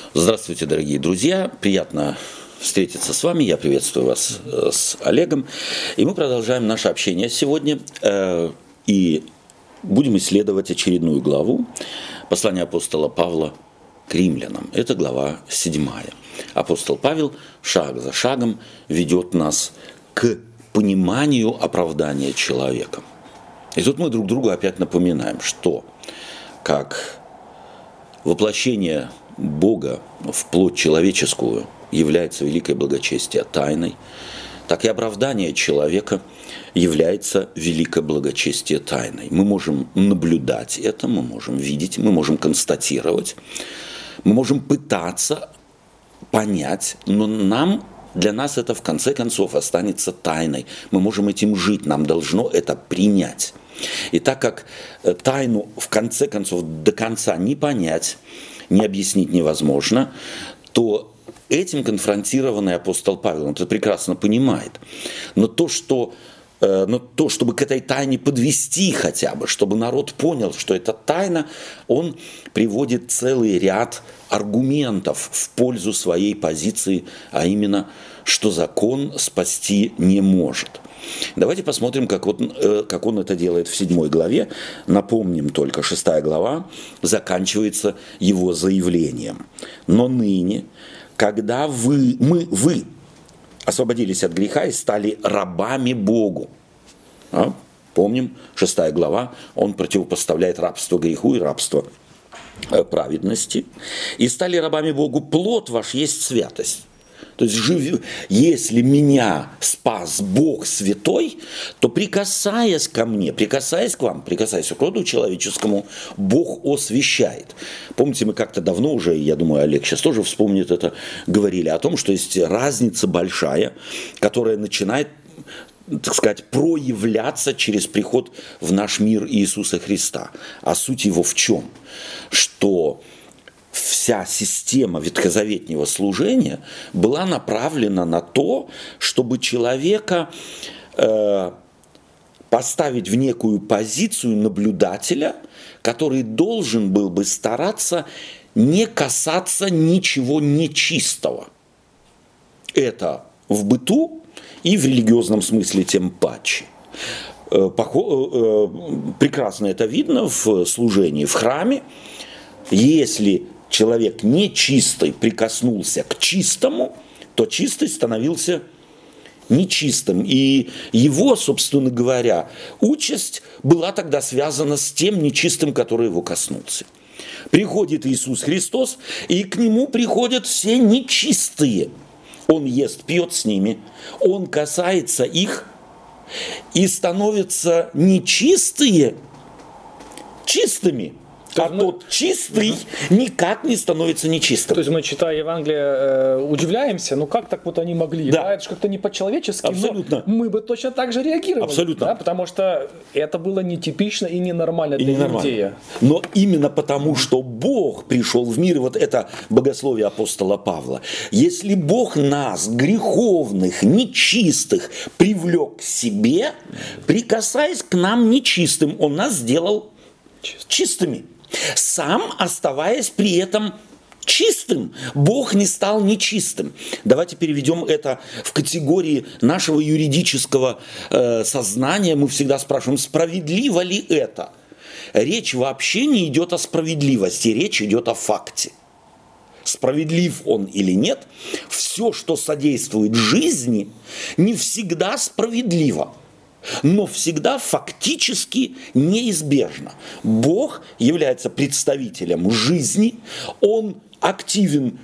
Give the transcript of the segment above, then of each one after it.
Здравствуйте, дорогие друзья. Приятно встретиться с вами. Я приветствую вас с Олегом. И мы продолжаем наше общение сегодня. И будем исследовать очередную главу послания апостола Павла к римлянам. Это глава 7. Апостол Павел шаг за шагом ведет нас к пониманию оправдания человеком. И тут мы друг другу опять напоминаем, что как воплощение Бога в плоть человеческую является великое благочестие тайной, так и оправдание человека является великое благочестие тайной. Мы можем наблюдать это, мы можем видеть, мы можем констатировать, мы можем пытаться понять, но для нас это в конце концов останется тайной. Мы можем этим жить, нам должно это принять. И так как тайну в конце концов до конца не понять, не объяснить невозможно, то этим конфронтированный апостол Павел, он это прекрасно понимает. Но чтобы к этой тайне подвести хотя бы, чтобы народ понял, что это тайна, он приводит целый ряд аргументов в пользу своей позиции, а именно, что закон спасти не может. Давайте посмотрим, как он это делает в 7 главе. Напомним только, 6 глава заканчивается его заявлением. «Но ныне, когда вы освободились от греха и стали рабами Богу». Помним, 6 глава, он противопоставляет рабство греху и рабство праведности. «И стали рабами Богу, плод ваш есть святость». То есть, если меня спас Бог святой, то прикасаясь ко мне, прикасаясь к вам, прикасаясь к роду человеческому, Бог освящает. Помните, мы как-то давно уже, я думаю, Олег сейчас тоже вспомнит это, говорили о том, что есть разница большая, которая начинает, так сказать, проявляться через приход в наш мир Иисуса Христа. А суть его в чем? Что вся система ветхозаветнего служения была направлена на то, чтобы человека поставить в некую позицию наблюдателя, который должен был бы стараться не касаться ничего нечистого. Это в быту и в религиозном смысле тем паче. Прекрасно это видно в служении в храме. Если человек нечистый прикоснулся к чистому, то чистый становился нечистым. И его, собственно говоря, участь была тогда связана с тем нечистым, который его коснулся. Приходит Иисус Христос, и к нему приходят все нечистые. Он ест, пьет с ними, он касается их, и становятся нечистые чистыми. А тот чистый никак не становится нечистым. То есть мы, читая Евангелие, удивляемся, как так вот они могли? Да. Это же как-то не по-человечески. Абсолютно. Но мы бы точно так же реагировали. Абсолютно. Да? Потому что это было нетипично и ненормально для иудея. Но именно потому, что Бог пришел в мир, и вот это богословие апостола Павла. Если Бог нас, греховных, нечистых, привлек к себе, прикасаясь к нам нечистым, Он нас сделал чистыми. Сам оставаясь при этом чистым, Бог не стал нечистым. Давайте переведем это в категории нашего юридического сознания. Мы всегда спрашиваем, справедливо ли это? Речь вообще не идет о справедливости, речь идет о факте. Справедлив он или нет, все, что содействует жизни, не всегда справедливо. Но всегда фактически неизбежно. Бог является представителем жизни, Он активен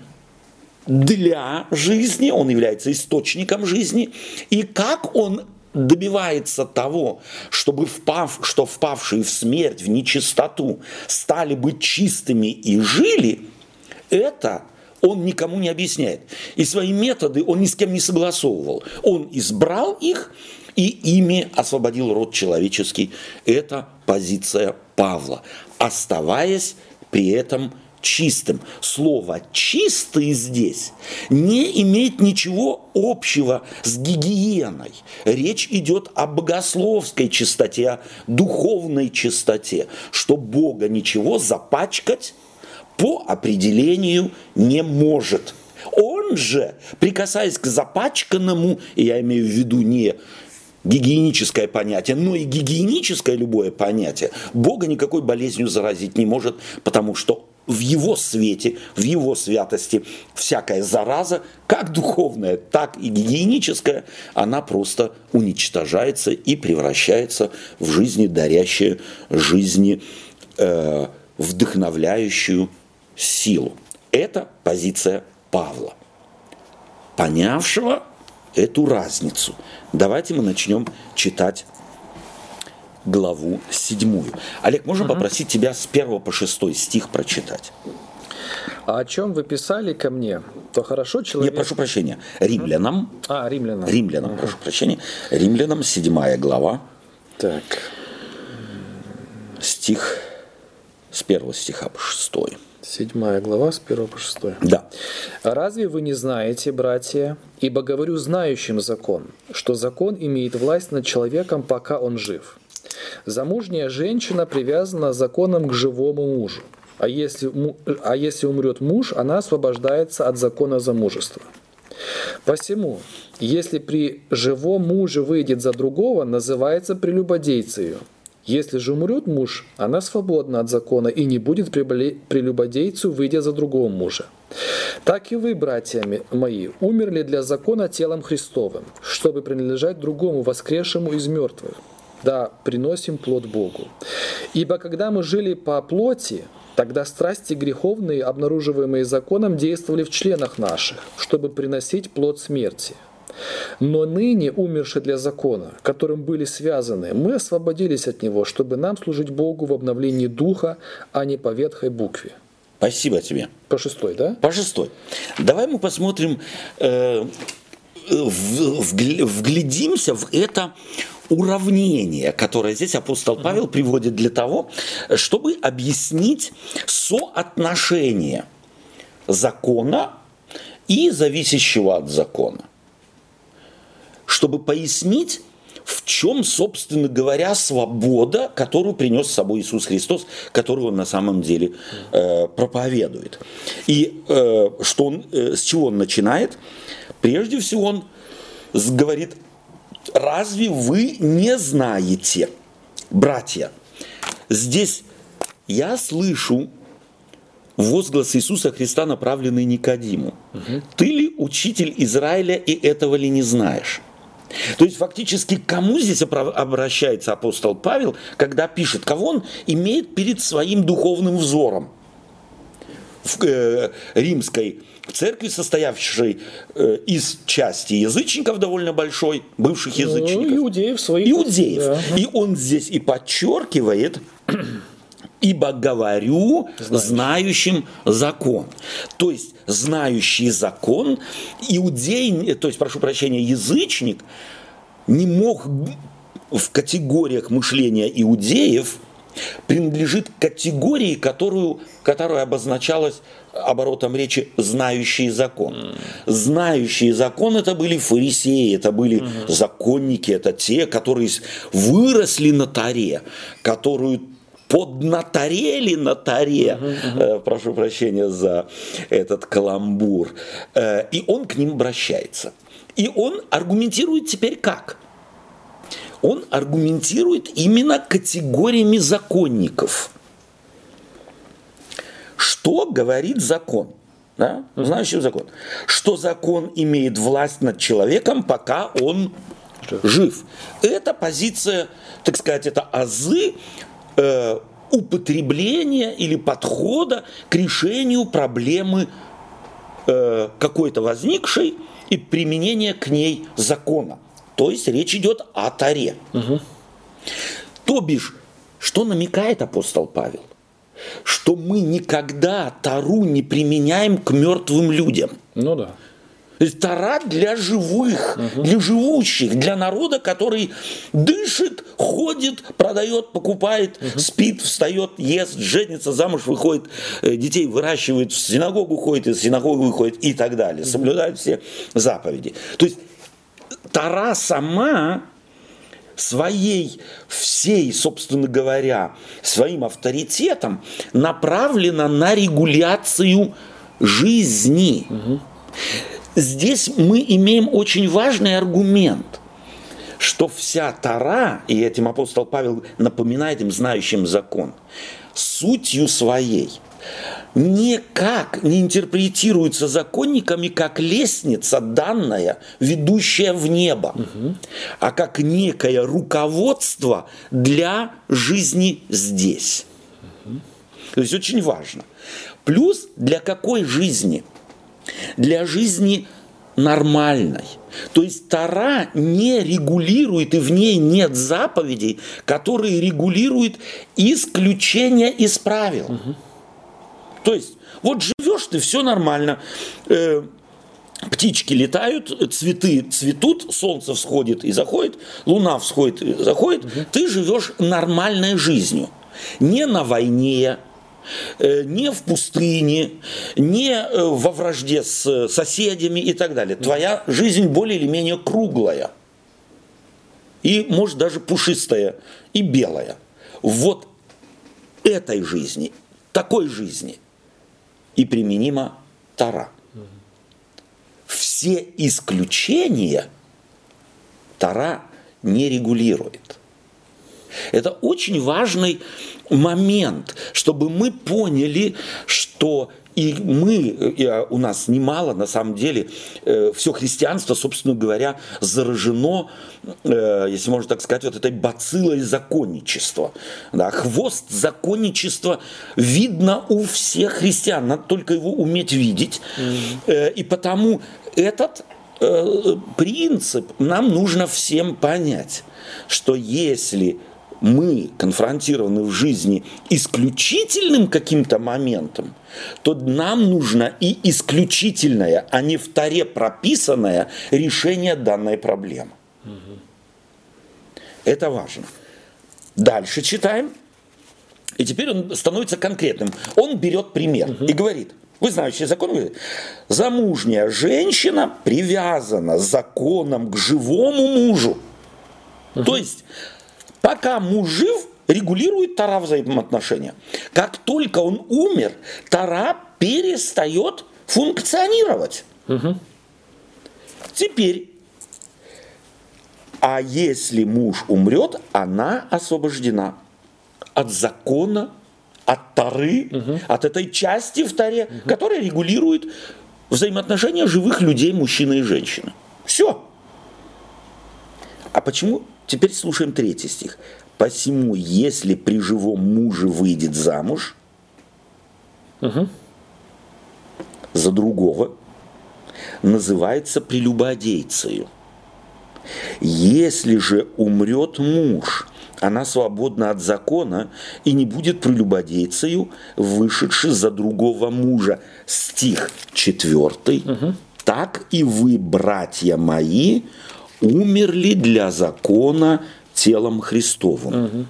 для жизни, Он является источником жизни. И как Он добивается того, чтобы впавшие в смерть, в нечистоту, стали быть чистыми и жили, это Он никому не объясняет. И свои методы Он ни с кем не согласовывал. Он избрал их и ими освободил род человеческий. Это позиция Павла, оставаясь при этом чистым. Слово «чистый» здесь не имеет ничего общего с гигиеной. Речь идет о богословской чистоте, о духовной чистоте, что Бога ничего запачкать, по определению не может. Он же, прикасаясь к запачканному, и я имею в виду не гигиеническое понятие, но и гигиеническое любое понятие, Бога никакой болезнью заразить не может, потому что в его свете, в его святости всякая зараза, как духовная, так и гигиеническая, она просто уничтожается и превращается в жизни, дарящую жизни вдохновляющую силу. Это позиция Павла, понявшего эту разницу. Давайте мы начнем читать главу 7. Олег, можно попросить тебя с 1 по 6 стих прочитать? А о чем вы писали ко мне, то хорошо человек... Я прошу прощения, Римлянам. Римлянам. Римлянам, прошу прощения. Римлянам, 7 глава. Так. Стих с 1 стиха по 6. 7 глава, с 1 по 6. Да. «Разве вы не знаете, братья, ибо говорю знающим закон, что закон имеет власть над человеком, пока он жив? Замужняя женщина привязана законом к живому мужу, а если умрет муж, она освобождается от закона замужества. Посему, если при живом муже выйдет за другого, называется прелюбодейцею. Если же умрет муж, она свободна от закона и не будет прелюбодейцу, выйдя за другого мужа. Так и вы, братья мои, умерли для закона телом Христовым, чтобы принадлежать другому, воскресшему из мертвых. Да, приносим плод Богу. Ибо когда мы жили по плоти, тогда страсти греховные, обнаруживаемые законом, действовали в членах наших, чтобы приносить плод смерти. Но ныне, умерши для закона, которым были связаны, мы освободились от него, чтобы нам служить Богу в обновлении духа, а не по ветхой букве». Спасибо тебе. По 6, да? По 6. Давай мы посмотрим, вглядимся в это уравнение, которое здесь апостол Павел приводит для того, чтобы объяснить соотношение закона и зависящего от закона. Чтобы пояснить, в чем, собственно говоря, свобода, которую принес с собой Иисус Христос, которую он на самом деле проповедует. И с чего он начинает? Прежде всего он говорит: «Разве вы не знаете, братья?» Здесь я слышу возглас Иисуса Христа, направленный Никодиму. «Ты ли учитель Израиля, и этого ли не знаешь?» То есть фактически к кому здесь обращается апостол Павел, когда пишет, кого он имеет перед своим духовным взором? В римской церкви, состоявшей из части язычников довольно большой, бывших язычников. Иудеев своих. Иудеев. Да. И он здесь и подчеркивает: «Ибо говорю знающим закон». То есть знающий закон, иудей, то есть, прошу прощения, язычник, не мог в категориях мышления иудеев принадлежит к категории, которая обозначалась оборотом речи «знающие закон». Знающие закон — это были фарисеи, это были законники, это те, которые выросли на Торе, которую поднаторели на Торе, прошу прощения за этот каламбур, и он к ним обращается. И он аргументирует теперь как? Он аргументирует именно категориями законников. Что говорит закон? Да? Знающий закон. Что закон имеет власть над человеком, пока он жив. Это позиция, так сказать, это азы употребления или подхода к решению проблемы какой-то возникшей и применения к ней закона. То есть речь идет о Торе. То бишь, что намекает апостол Павел? Что мы никогда Тору не применяем к мертвым людям. Ну да. Тора для живых, для живущих, для народа, который дышит, ходит, продает, покупает, спит, встает, ест, женится, замуж выходит, детей выращивает, в синагогу ходит, из синагоги выходит и так далее. Соблюдает все заповеди. То есть Тора сама всей, собственно говоря, своим авторитетом направлена на регуляцию жизни. Здесь мы имеем очень важный аргумент, что вся Тора, и этим апостол Павел напоминает им, знающим закон, сутью своей никак не интерпретируется законниками как лестница данная, ведущая в небо, а как некое руководство для жизни здесь. То есть очень важно. Плюс для какой жизни? Для жизни нормальной. То есть Тора не регулирует, и в ней нет заповедей, которые регулируют исключение из правил. То есть вот живешь ты, все нормально, птички летают, цветы цветут, солнце всходит и заходит, луна всходит и заходит, ты живешь нормальной жизнью. Не на войне, не в пустыне, не во вражде с соседями и так далее. Твоя жизнь более или менее круглая. И, может, даже пушистая и белая. Вот этой жизни, такой жизни и применима Тора. Все исключения Тора не регулирует. Это очень важный момент, чтобы мы поняли, что у нас немало, на самом деле, все христианство, собственно говоря, заражено, если можно так сказать, вот этой бациллой законничества. Да, хвост законничества видно у всех христиан, надо только его уметь видеть. И потому этот принцип нам нужно всем понять, что если мы конфронтированы в жизни исключительным каким-то моментом, то нам нужно и исключительное, а не в Торе прописанное решение данной проблемы. Это важно. Дальше читаем. И теперь он становится конкретным. Он берет пример и говорит, вы знаете закон, говорит, замужняя женщина привязана законом к живому мужу. То есть пока муж жив, регулирует Тора взаимоотношения. Как только он умер, Тора перестает функционировать. Теперь, а если муж умрет, она освобождена от закона, от Торы, от этой части в Торе, которая регулирует взаимоотношения живых людей, мужчины и женщины. Все. А почему? Теперь слушаем 3 стих. «Посему, если при живом муже выйдет замуж за другого, называется прелюбодейцею. Если же умрет муж, она свободна от закона и не будет прелюбодейцею, вышедши за другого мужа». Стих 4. «Так и вы, братья мои, умерли для закона телом Христовым».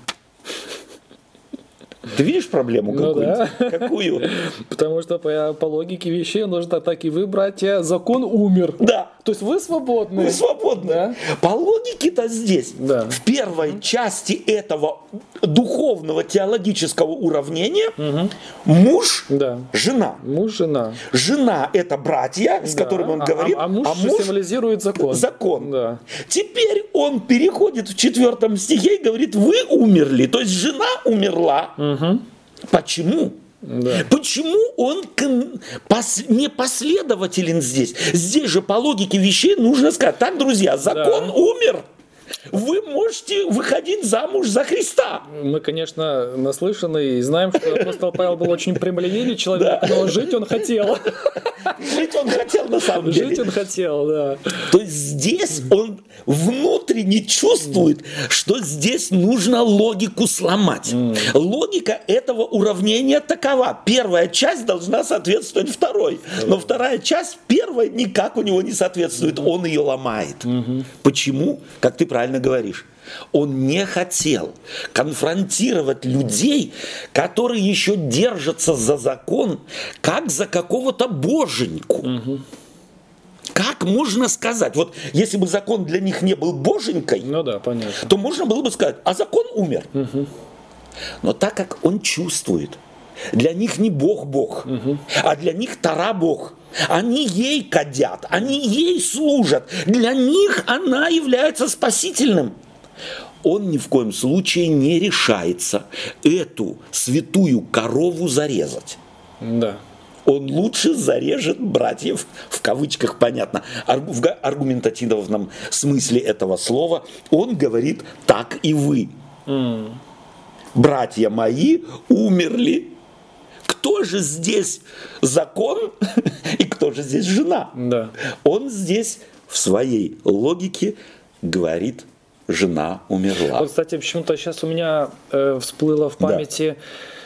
Ты видишь проблему какую-нибудь? Да. Какую? Потому что по логике вещей нужно так и вы, братья, закон умер. Да. То есть вы свободны. Вы свободны. Да. По логике-то здесь, в первой части этого духовного теологического уравнения, муж, жена. Муж, жена. Жена – это братья, с которыми он говорит, а муж символизирует закон. Закон. Да. Теперь он переходит в 4 стихе и говорит, вы умерли, то есть жена умерла. Почему? Да. Почему он не последователен здесь? Здесь же по логике вещей нужно сказать, так, друзья, закон умер. Вы можете выходить замуж за Христа. Мы, конечно, наслышаны и знаем, что апостол Павел был очень прямолинейный человек, но жить он хотел. Жить он хотел на самом деле. Жить он хотел, да. То есть здесь он внутренне чувствует, что здесь нужно логику сломать. Логика этого уравнения такова. Первая часть должна соответствовать второй. Но вторая часть первой никак у него не соответствует. Он ее ломает. Почему? Как ты правильно говоришь. Он не хотел конфронтировать людей, которые еще держатся за закон, как за какого-то боженьку. Как можно сказать? Вот если бы закон для них не был боженькой, Ну да, понятно. то можно было бы сказать, а закон умер. Но так как он чувствует, для них не Бог Бог, а для них Тора Бог. Они ей кадят, они ей служат. Для них она является спасительным. Он ни в коем случае не решается эту святую корову зарезать. Да. Он лучше зарежет братьев, в кавычках понятно, в аргументативном смысле этого слова. Он говорит, так и вы. Братья мои умерли. Кто же здесь закон и кто же здесь жена? Да. Он здесь в своей логике говорит, жена умерла. Вот, кстати, почему-то сейчас у меня всплыло в памяти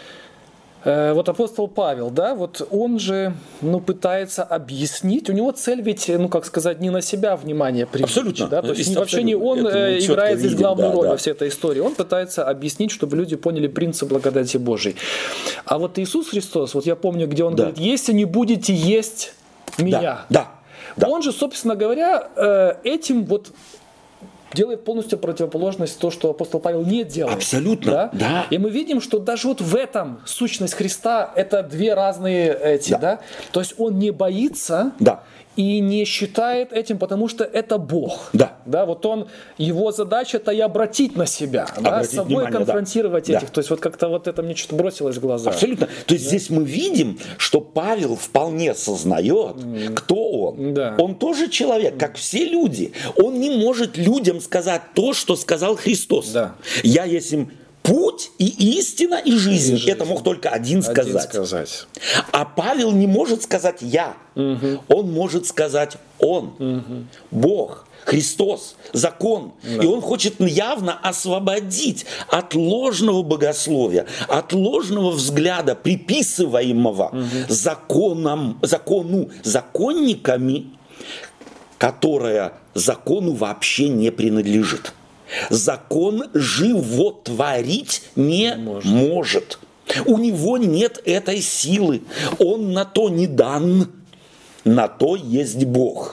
вот апостол Павел, да, вот он же, пытается объяснить, у него цель ведь, как сказать, не на себя внимание привлечь, Абсолютно. да, то есть вообще Абсолютно. не он Это мы четко играет здесь видим, главную да, роль да. во всей этой истории, он пытается объяснить, чтобы люди поняли принцип благодати Божией. А вот Иисус Христос, вот я помню, где он говорит, если не будете есть меня, Да. он же, собственно говоря, этим вот делает полностью противоположность то, что апостол Павел не делает. Абсолютно, да. И мы видим, что даже вот в этом сущность Христа это две разные эти, да. То есть он не боится и не считает этим, потому что это Бог. Да, вот его задача-то и обратить на себя, с собой внимание, конфронтировать этих. То есть вот как-то вот это мне что-то бросилось в глаза. Абсолютно. То есть здесь мы видим, что Павел вполне сознает, кто он. Он тоже человек, как все люди. Он не может людям сказать то, что сказал Христос. Я есть им путь и истина и жизнь. Это мог только один сказать. А Павел не может сказать «я». Он может сказать «он». Бог. Христос, закон. И он хочет явно освободить от ложного богословия, от ложного взгляда, приписываемого закону, законниками, которая закону вообще не принадлежит. Закон животворить не может. У него нет этой силы. Он на то не дан. На то есть Бог,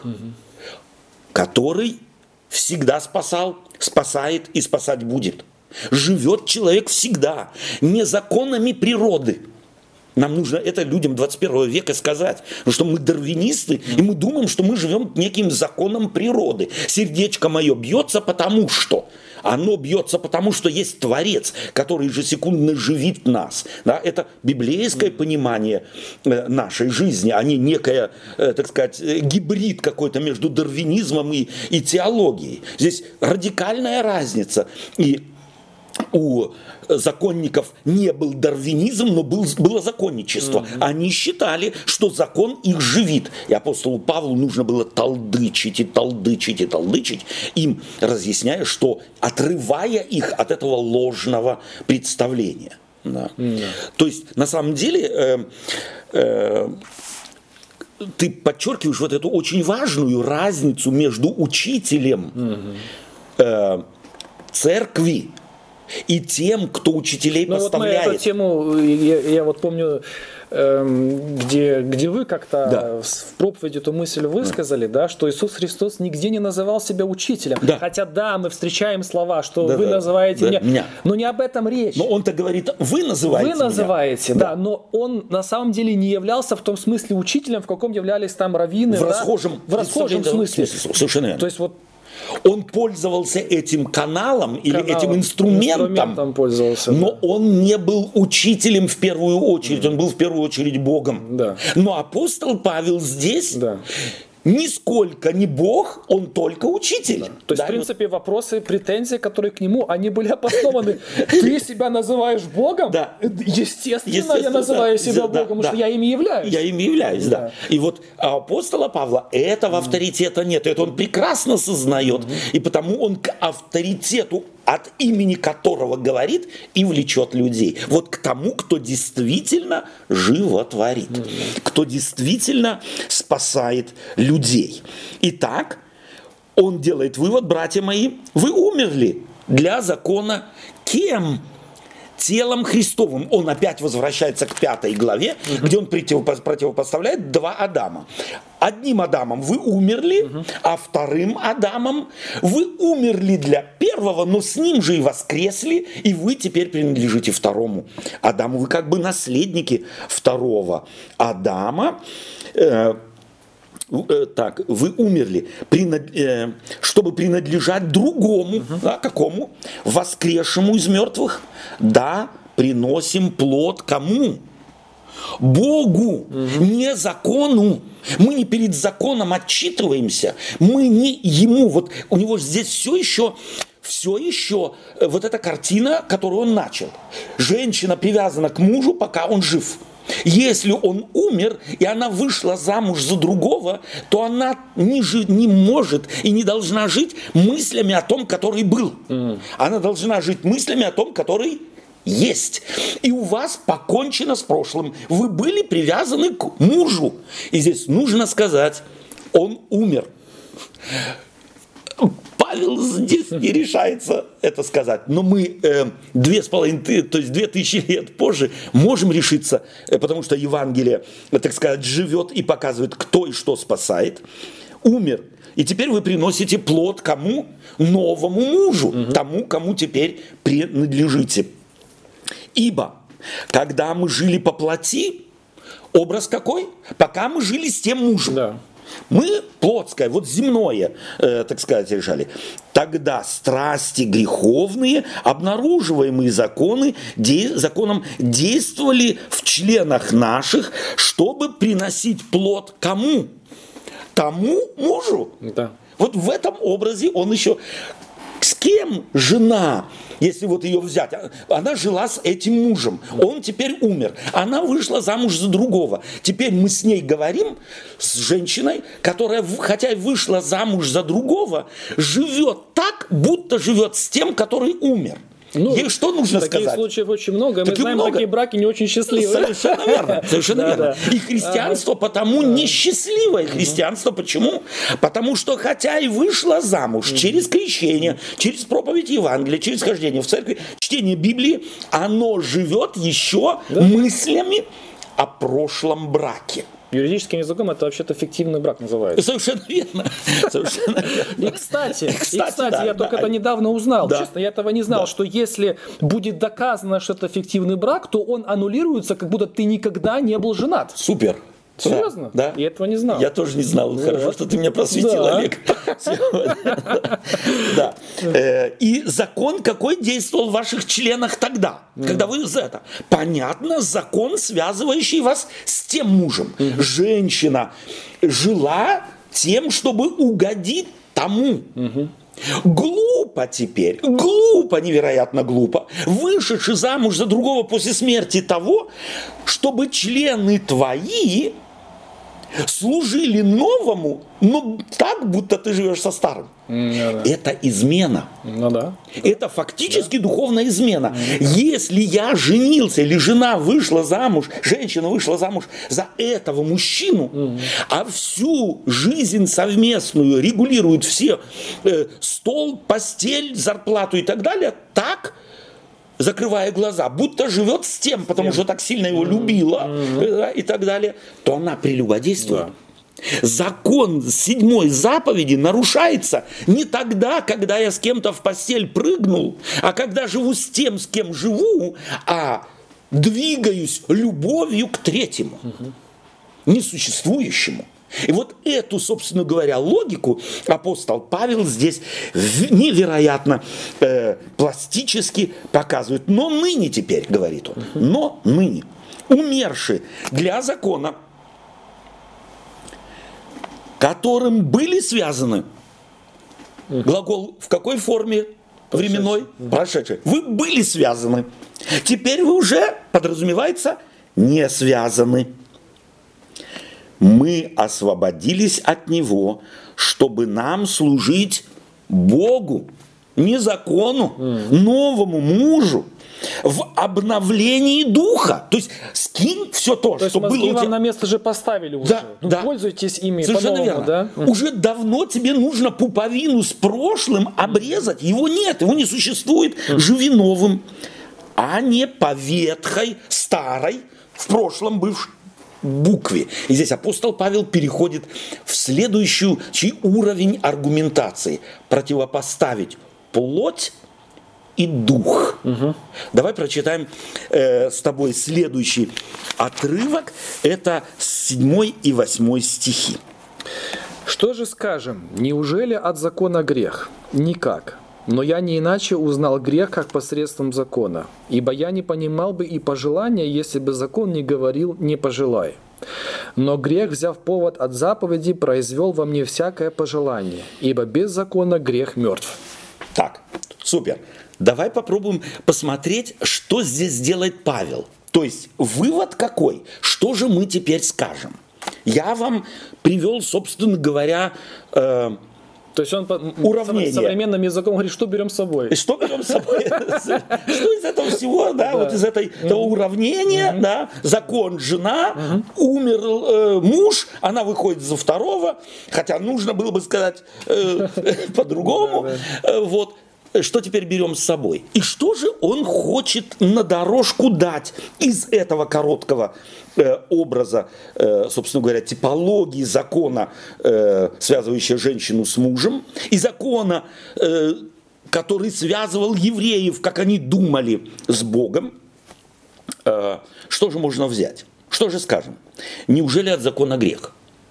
который всегда спасал, спасает и спасать будет. Живет человек всегда, не законами природы. Нам нужно это людям 21 века сказать, потому что мы дарвинисты, и мы думаем, что мы живем неким законом природы. Сердечко мое бьется, потому что. Оно бьется, потому что есть Творец, который ежесекундно живит нас. Да, это библейское понимание нашей жизни, а не некое, так сказать, гибрид какой-то между дарвинизмом и теологией. Здесь радикальная разница. И у законников не был дарвинизм, но было законничество. Они считали, что закон их живит. И апостолу Павлу нужно было толдычить и толдычить и толдычить, им разъясняя, что отрывая их от этого ложного представления. Да. То есть, на самом деле, ты подчеркиваешь вот эту очень важную разницу между учителем церкви и тем, кто учителей поставляет. Вот мы эту тему, я вот помню, где вы как-то в проповеди эту мысль высказали, что Иисус Христос нигде не называл себя учителем. Хотя мы встречаем слова, что вы называете меня. Но не об этом речь. Но он-то говорит, вы называете меня. Вы называете, но он на самом деле не являлся в том смысле учителем, в каком являлись там раввины. В расхожем смысле. Совершенно верно. То есть вот он пользовался этим каналом или этим инструментом пользовался, но он не был учителем в первую очередь, он был в первую очередь Богом. Но апостол Павел здесь нисколько не Бог, он только учитель. То есть, в принципе, вопросы, претензии, которые к нему, они были обоснованы. Ты себя называешь Богом? Естественно, я называю себя Богом, потому что я ими являюсь. Я ими являюсь, да. И вот у апостола Павла этого авторитета нет. Это он прекрасно сознает. И потому он к авторитету, от имени которого говорит, и влечет людей. Вот к тому, кто действительно животворит. Кто действительно спасает людей. Итак, он делает вывод, братья мои, вы умерли для закона кем? телом Христовым. Он опять возвращается к 5 главе, где он противопоставляет два Адама. Одним Адамом вы умерли, а вторым Адамом вы умерли для первого, но с ним же и воскресли, и вы теперь принадлежите второму Адаму. Вы как бы наследники второго Адама. Так, вы умерли, чтобы принадлежать другому, да, какому? Воскресшему из мертвых. Да, приносим плод кому? Богу, не закону. Мы не перед законом отчитываемся, мы не ему. Вот у него здесь все еще вот эта картина, которую он начал. Женщина привязана к мужу, пока он жив. Если он умер, и она вышла замуж за другого, то она не может и не должна жить мыслями о том, который был. Она должна жить мыслями о том, который есть. И у вас покончено с прошлым. Вы были привязаны к мужу. И здесь нужно сказать, он умер. Павел здесь не решается это сказать, но мы 2000 лет позже можем решиться, потому что Евангелие, так сказать, живет и показывает, кто и что спасает. Умер. И теперь вы приносите плод кому? Новому мужу, тому, кому теперь принадлежите. Ибо, когда мы жили по плоти, образ какой? Пока мы жили с тем мужем. Да. Мы плотское, вот земное, так сказать, решали. Тогда страсти греховные, обнаруживаемые законом, действовали в членах наших, чтобы приносить плод кому? Тому мужу. Да. Вот в этом образе он еще... С кем жена, если вот ее взять, она жила с этим мужем, он теперь умер, она вышла замуж за другого. Теперь мы с ней говорим, с женщиной, которая, хотя и вышла замуж за другого, живет так, будто живет с тем, который умер. Ну, ей что нужно сказать? Таких случаев очень много. Мы знаем, такие браки не очень счастливые. Совершенно верно. Совершенно верно. И христианство потому несчастливое христианство. Почему? Потому что хотя и вышла замуж через крещение, через проповедь Евангелия, через хождение в церковь, чтение Библии, оно живет еще мыслями о прошлом браке. Юридическим языком это вообще-то фиктивный брак называется. Совершенно верно. Совершенно верно. И кстати, я только это недавно узнал. Да. Честно, я этого не знал, что если будет доказано, что это фиктивный брак, то он аннулируется, как будто ты никогда не был женат. Супер. Серьезно? Да. Я этого не знал. Я тоже не знал. Вот. Хорошо, что ты меня просветил, Олег. Да. И закон какой действовал в ваших членах тогда, когда вы за это? Понятно, закон, связывающий вас с тем мужем. Женщина жила тем, чтобы угодить тому. Глупо теперь, глупо, невероятно глупо, вышедший замуж за другого после смерти того, чтобы члены твои служили новому, но так, будто ты живешь со старым. Это измена. Это фактически духовная измена. Если я женился, или жена вышла замуж, женщина вышла замуж за этого мужчину, а всю жизнь совместную регулируют все, стол, постель, зарплату и так далее, так, закрывая глаза, будто живет с тем, потому что так сильно его любила, и так далее, то она прелюбодействует. Закон 7 заповеди нарушается не тогда, когда я с кем-то в постель прыгнул, а когда живу с тем, с кем живу, а двигаюсь любовью к третьему, несуществующему. И вот эту, собственно говоря, логику апостол Павел здесь невероятно пластически показывает. Но ныне теперь, говорит он, но ныне, умершие для закона, которым были связаны, глагол в какой форме? Временной? Прошедший. Вы были связаны. Теперь вы уже, подразумевается, не связаны. Мы освободились от него, чтобы нам служить Богу, не закону, новому мужу, в обновлении духа. То есть скинь все то, что было у тебя. Вам на место же поставили уже. Да. Пользуйтесь ими совершенно верно. Да? Уже давно тебе нужно пуповину с прошлым обрезать. Его нет, его не существует. Живи новым. а не по ветхой, старой, в прошлом бывшей букве. И здесь апостол Павел переходит в следующий уровень аргументации. Противопоставить плоть и дух. Давай прочитаем с тобой следующий отрывок. Это 7 и 8 стихи. «Что же скажем? Неужели от закона грех? Никак. Но я не иначе узнал грех, как посредством закона. Ибо я не понимал бы и пожелания, если бы закон не говорил «не пожелай». Но грех, взяв повод от заповеди, произвел во мне всякое пожелание. Ибо без закона грех мертв». Так, супер. Давай попробуем посмотреть, что здесь делает Павел. То есть вывод какой? Что же мы теперь скажем? Я вам привел, собственно говоря, То есть он уравнение. современным языком говорит, что берем с собой. Что берем с собой? Что из этого всего, да, вот из этого уравнения, да, закон жена, умер муж, она выходит за второго, хотя нужно было бы сказать по-другому, вот. Что теперь берем с собой? И что же он хочет на дорожку дать из этого короткого образа, собственно говоря, типологии закона, связывающего женщину с мужем, и закона, который связывал евреев, как они думали, с Богом? Что же можно взять? Что же скажем? Неужели от закона грех?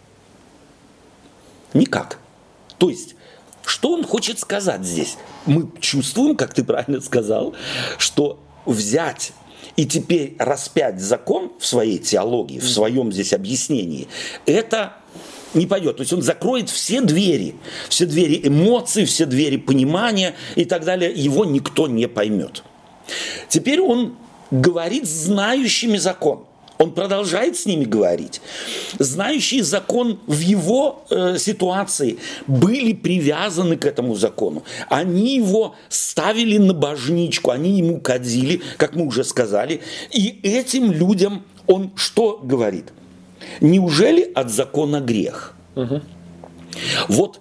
Никак. То есть, что он хочет сказать здесь? Мы чувствуем, как ты правильно сказал, что взять и теперь распять закон в своей теологии, в своем здесь объяснении, это не пойдет. То есть он закроет все двери эмоций, все двери понимания и так далее. Его никто не поймет. Теперь он говорит с знающими закон. Он продолжает с ними говорить. Знающие закон в его ситуации были привязаны к этому закону. Они его ставили на божничку, они ему кадили, как мы уже сказали. И этим людям он что говорит? Неужели от закона грех? Вот.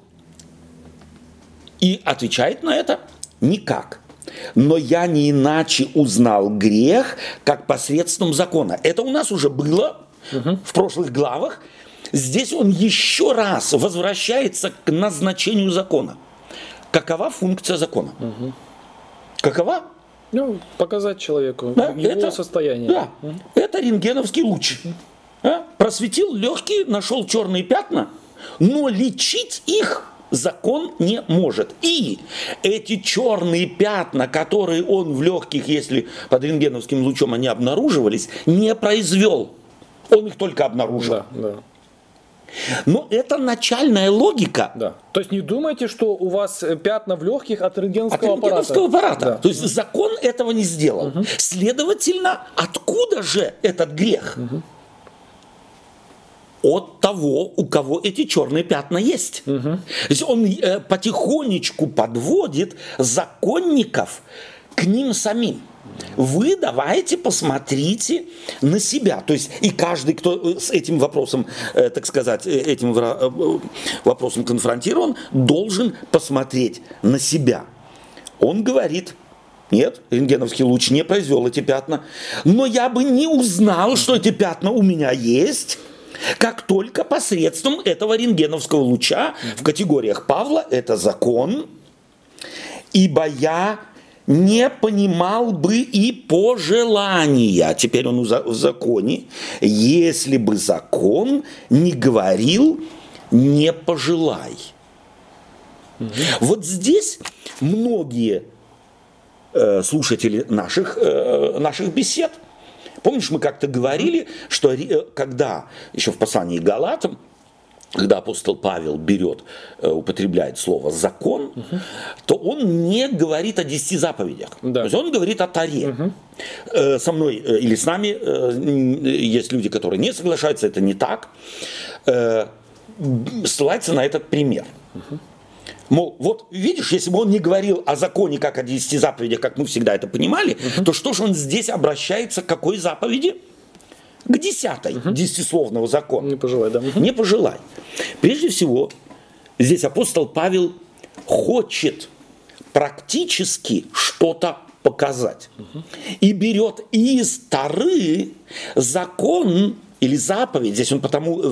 И отвечает на это никак. Но я не иначе узнал грех, как посредством закона. Это у нас уже было в прошлых главах. Здесь он еще раз возвращается к назначению закона. Какова функция закона? Какова? Ну, показать человеку Да, его состояние. Да, это рентгеновский луч. Просветил легкие, нашел черные пятна, но лечить их закон не может. И эти черные пятна, которые он в легких, если под рентгеновским лучом они обнаруживались, не произвел. Он их только обнаружил. Да. Но это начальная логика. Да. То есть не думайте, что у вас пятна в легких от рентгеновского От рентгеновского аппарата. Да. То есть закон этого не сделал. Следовательно, откуда же этот грех? От того, у кого эти черные пятна есть. То есть он потихонечку подводит законников к ним самим. Вы давайте посмотрите на себя. То есть и каждый, кто с этим вопросом, так сказать, этим вопросом конфронтирован, должен посмотреть на себя. Он говорит: нет, рентгеновский луч не произвел эти пятна, но я бы не узнал, что эти пятна у меня есть, как только посредством этого рентгеновского луча. В категориях Павла это закон, ибо я не понимал бы и пожелания. Теперь он в законе. Если бы закон не говорил «не пожелай». Вот здесь многие слушатели наших бесед, помнишь, мы как-то говорили, что когда, еще в послании к Галатам, когда апостол Павел употребляет слово «закон», то он не говорит о 10 заповедях. Да. То есть он говорит о Торе. Со мной или с нами есть люди, которые не соглашаются, это не так. Ссылается на этот пример. Мол, вот видишь, если бы он не говорил о законе как о 10 заповедях, как мы всегда это понимали, то что же он здесь обращается к какой заповеди? К 10-й, 10-словного закона. Не пожелай, да. Не пожелай. Прежде всего, здесь апостол Павел хочет практически что-то показать. И берет из Торы закон или заповедь, здесь он потому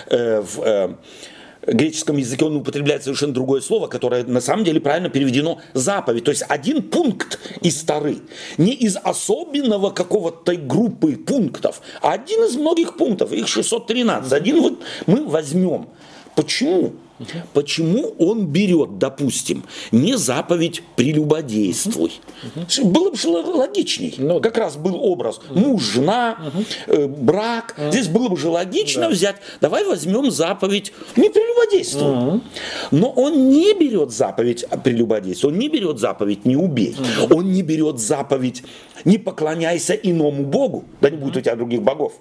в греческом языке он употребляет совершенно другое слово, которое на самом деле правильно переведено заповедь. То есть один пункт из Торы, не из особенного какого-то группы пунктов, а один из многих пунктов, их 613. Один вот мы возьмем. Почему? Почему он берет, допустим, не заповедь «прелюбодействуй»? Было бы же логичней. Как раз был образ муж, жена, брак. Здесь было бы же логично взять, давай возьмем заповедь «не прелюбодействуй». Но он не берет заповедь «прелюбодействуй», он не берет заповедь «не убей», он не берет заповедь «не поклоняйся иному Богу», да не будет у тебя других богов.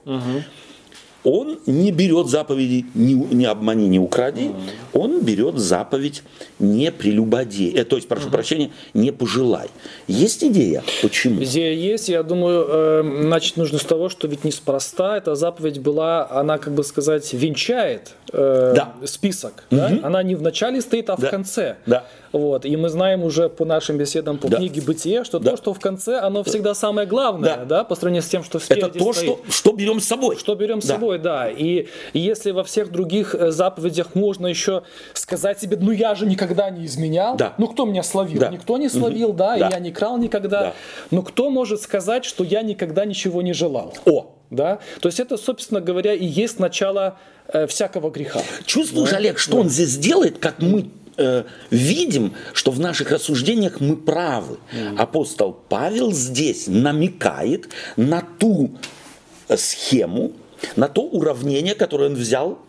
Он не берет заповеди «не обмани, не укради», он берет заповедь «не прелюбодей», то есть, прошу прощения, «не пожелай». Есть идея? Почему? Идея есть, я думаю, начать нужно с того, что ведь неспроста эта заповедь была, она, как бы сказать, венчает список. Да? Она не в начале стоит, а в конце. Да. Вот. И мы знаем уже по нашим беседам по книге «Бытие», что то, что в конце, оно всегда самое главное, да, по сравнению с тем, что спереди это то, стоит. Что берем с собой. Что берем с собой, да. И если во всех других заповедях можно еще сказать себе, ну я же никогда не изменял, ну кто меня словил? Никто не словил, и я не крал никогда. Но кто может сказать, что я никогда ничего не желал? Да? То есть это, собственно говоря, и есть начало всякого греха. Чувствуешь, Олег, что он здесь делает, как мы видим, что в наших рассуждениях мы правы. Апостол Павел здесь намекает на ту схему, на то уравнение, которое он взял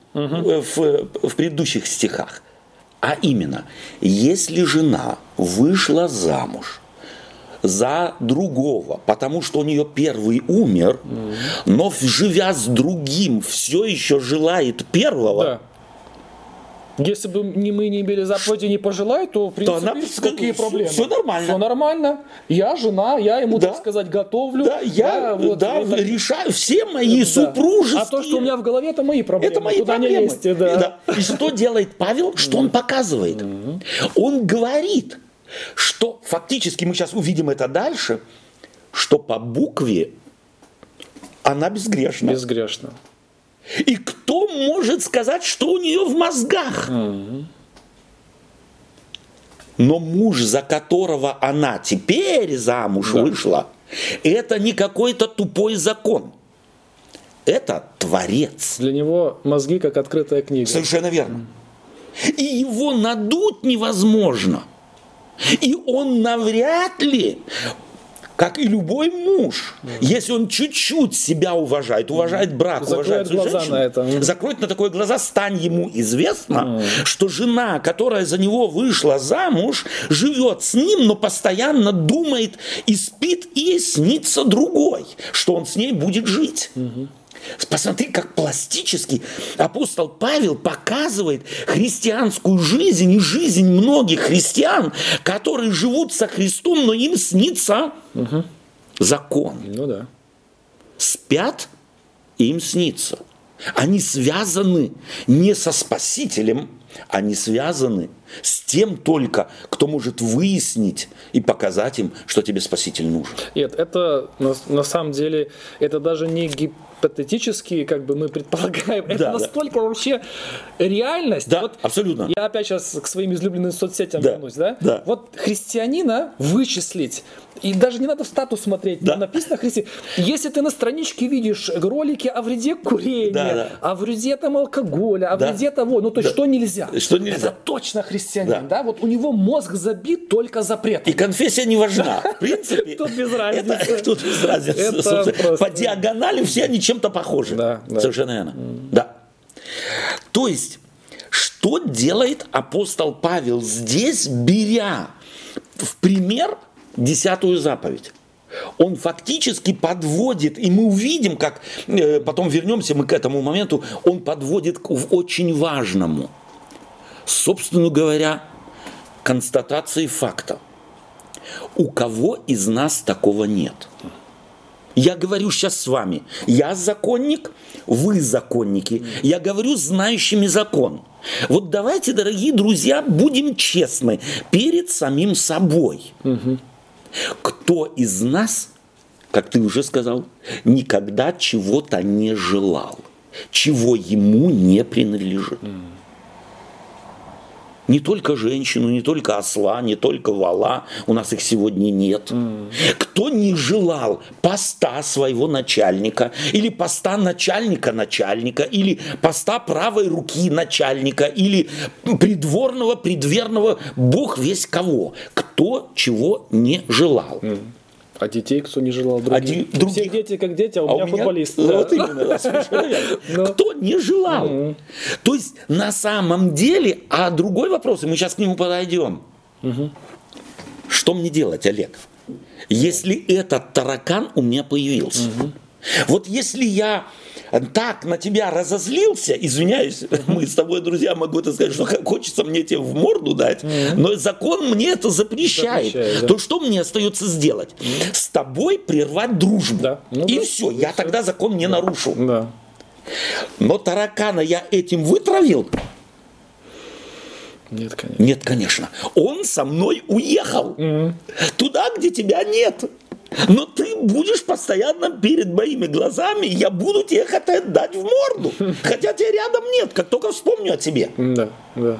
в предыдущих стихах. А именно, если жена вышла замуж за другого, потому что у нее первый умер, но, живя с другим, все еще желает первого. Если бы мы не имели заповеди «не пожелай», то, в принципе, какие проблемы? Все нормально. Все нормально. Я жена, я ему, так сказать, готовлю. Решаю все мои супружеские. А то, что у меня в голове, это мои проблемы. Это мои проблемы. И что делает Павел? Что он показывает? Он говорит, что фактически, мы сейчас увидим это дальше, что по букве она безгрешна. Безгрешна. И кто может сказать, что у нее в мозгах? Но муж, за которого она теперь замуж вышла, это не какой-то тупой закон. Это Творец. Для него мозги как открытая книга. Совершенно верно. И его надуть невозможно. И он навряд ли, как и любой муж, если он чуть-чуть себя уважает брак, уважает свою женщину, закроет на такое глаза, стань ему известно, что жена, которая за него вышла замуж, живет с ним, но постоянно думает и спит, и ей снится другой, что он с ней будет жить. Посмотри, как пластически апостол Павел показывает христианскую жизнь и жизнь многих христиан, которые живут со Христом, но им снится закон. Спят, и им снится. Они связаны не со Спасителем, они связаны с тем только, кто может выяснить и показать им, что тебе Спаситель нужен. Нет, это на самом деле, это даже не гипотетически, как бы мы предполагаем, это настолько вообще реальность. Да, абсолютно. Я опять сейчас к своим излюбленным соцсетям вернусь. Да? Вот христианина вычислить, и даже не надо в статус смотреть, написано христианин. Если ты на страничке видишь ролики о вреде курения, о вреде там алкоголя, о вреде того, то есть что нельзя? Что нельзя? Это точно христианин. Да? Вот у него мозг забит только запретом. И конфессия не важна. В принципе, тут без разницы. Тут без разницы. По диагонали все они чем-то похожи. Совершенно верно. Да. То есть, что делает апостол Павел здесь, беря в пример 10-ю заповедь? Он фактически подводит, и мы увидим, как, потом вернемся мы к этому моменту, он подводит к очень важному, собственно говоря, констатации факта. У кого из нас такого нет? Я говорю сейчас с вами, я законник, вы законники, я говорю знающими закон. Вот давайте, дорогие друзья, будем честны перед самим собой. Кто из нас, как ты уже сказал, никогда чего-то не желал, чего ему не принадлежит? Не только женщину, не только осла, не только вала, у нас их сегодня нет. Кто не желал поста своего начальника, или поста начальника, или поста правой руки начальника, или предверного, бог весь кого. Кто чего не желал. А детей кто не желал? Других? Все дети как дети, а у меня футболист. Вот именно, совершенно. Кто не желал. То есть на самом деле, а другой вопрос, и мы сейчас к нему подойдем. Что мне делать, Олег, если этот таракан у меня появился? Вот если я так на тебя разозлился, извиняюсь, мы с тобой, друзья, могу это сказать, что хочется мне тебе в морду дать, но закон мне это запрещает. Да. То что мне остается сделать? С тобой прервать дружбу. Да. И все, я тогда закон не нарушу. Да. Но таракана я этим вытравил? Нет, конечно. Нет, конечно. Он со мной уехал туда, где тебя нет. Но ты будешь постоянно перед моими глазами, и я буду тебе хотеть дать в морду. Хотя тебя рядом нет, как только вспомню о тебе. Да.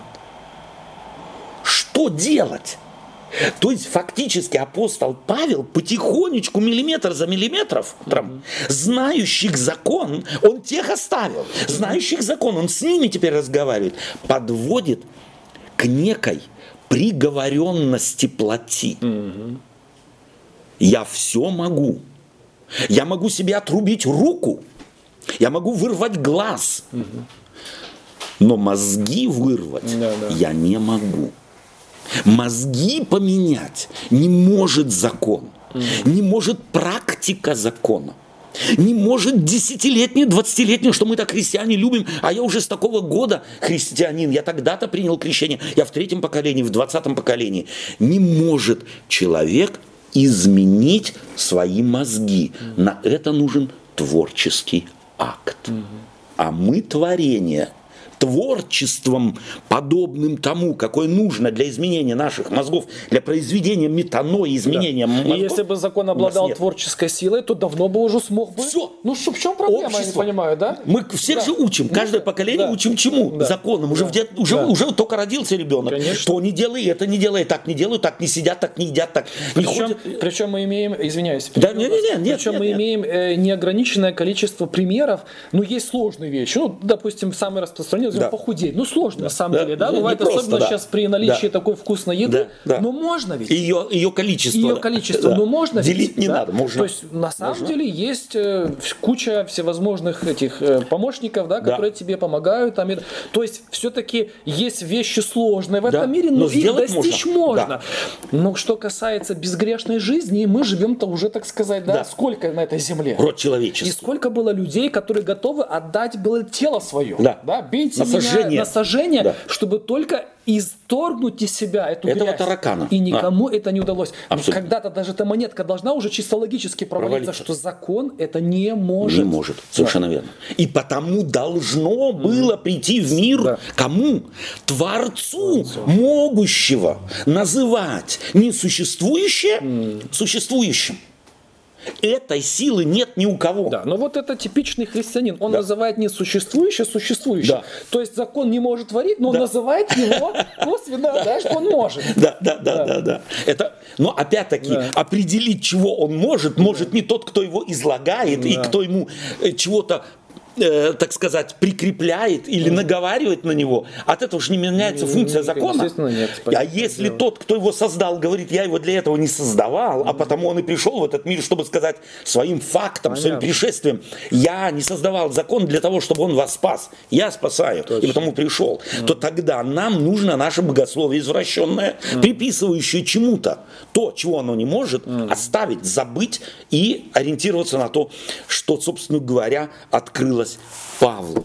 Что делать? То есть фактически апостол Павел потихонечку, миллиметр за миллиметром, знающих закон, он тех оставил. Знающих закон, он с ними теперь разговаривает. Подводит к некой приговоренности плоти. Я все могу. Я могу себе отрубить руку. Я могу вырвать глаз. Но мозги вырвать я не могу. Мозги поменять не может закон. Не может практика закона. Не может десятилетний, 20-летний, что мы так христиане любим, а я уже с такого года христианин, я тогда-то принял крещение, я в 3-м поколении, в 20-м поколении. Не может человек изменить свои мозги. На это нужен творческий акт. А мы творение творчеством, подобным тому, какое нужно для изменения наших мозгов, для произведения метаноя, изменения мозгов. И если бы закон обладал творческой силой, то давно бы уже смог бы. Все. Ну в чем проблема, общество. Я не понимаю, да? Мы всех же учим, каждое поколение учим чему? Законам. Уже только родился ребенок. Конечно. То не делай, это не делай, так не делают, так не сидят, так не едят, так не ходят. Причем мы имеем, извиняюсь, мы имеем неограниченное количество примеров. Ну, есть сложные вещи. Ну, допустим, самый распространенный похудеть. Ну, сложно на самом деле, да? Бывает, особенно сейчас при наличии такой вкусной еды. Но можно ведь. Ее количество. Но можно делить не надо. То есть, на самом деле, есть куча всевозможных этих помощников, да, которые тебе помогают. То есть, все-таки есть вещи сложные в этом мире, но их достичь можно. Но что касается безгрешной жизни, мы живем-то уже, так сказать, сколько на этой земле? Род человеческий. И сколько было людей, которые готовы отдать было тело свое. Бейте на сожжение, чтобы только исторгнуть из себя эту этого грязь. таракана. И никому это не удалось. Когда-то даже эта монетка должна уже чисто логически провалиться, что закон это не может. Не может, совершенно верно. И потому должно было прийти в мир кому? Творцу, могущего называть несуществующее существующим. Этой силы нет ни у кого. Но вот это типичный христианин. Он называет несуществующее существующим. То есть закон не может творить, но он называет его косвенно, что он может. Но опять-таки определить, чего он может не тот, кто его излагает и кто ему чего-то, так сказать, прикрепляет или наговаривает на него, от этого же не меняется функция закона. Нет, а если тот, кто его создал, говорит, я его для этого не создавал, а потому он и пришел в этот мир, чтобы сказать своим фактом, своим пришествием, я не создавал закон для того, чтобы он вас спас, я спасаю, и потому пришел, то тогда нам нужно наше богословие извращенное, приписывающее чему-то то, чего оно не может, оставить, забыть и ориентироваться на то, что, собственно говоря, открылось Павлу.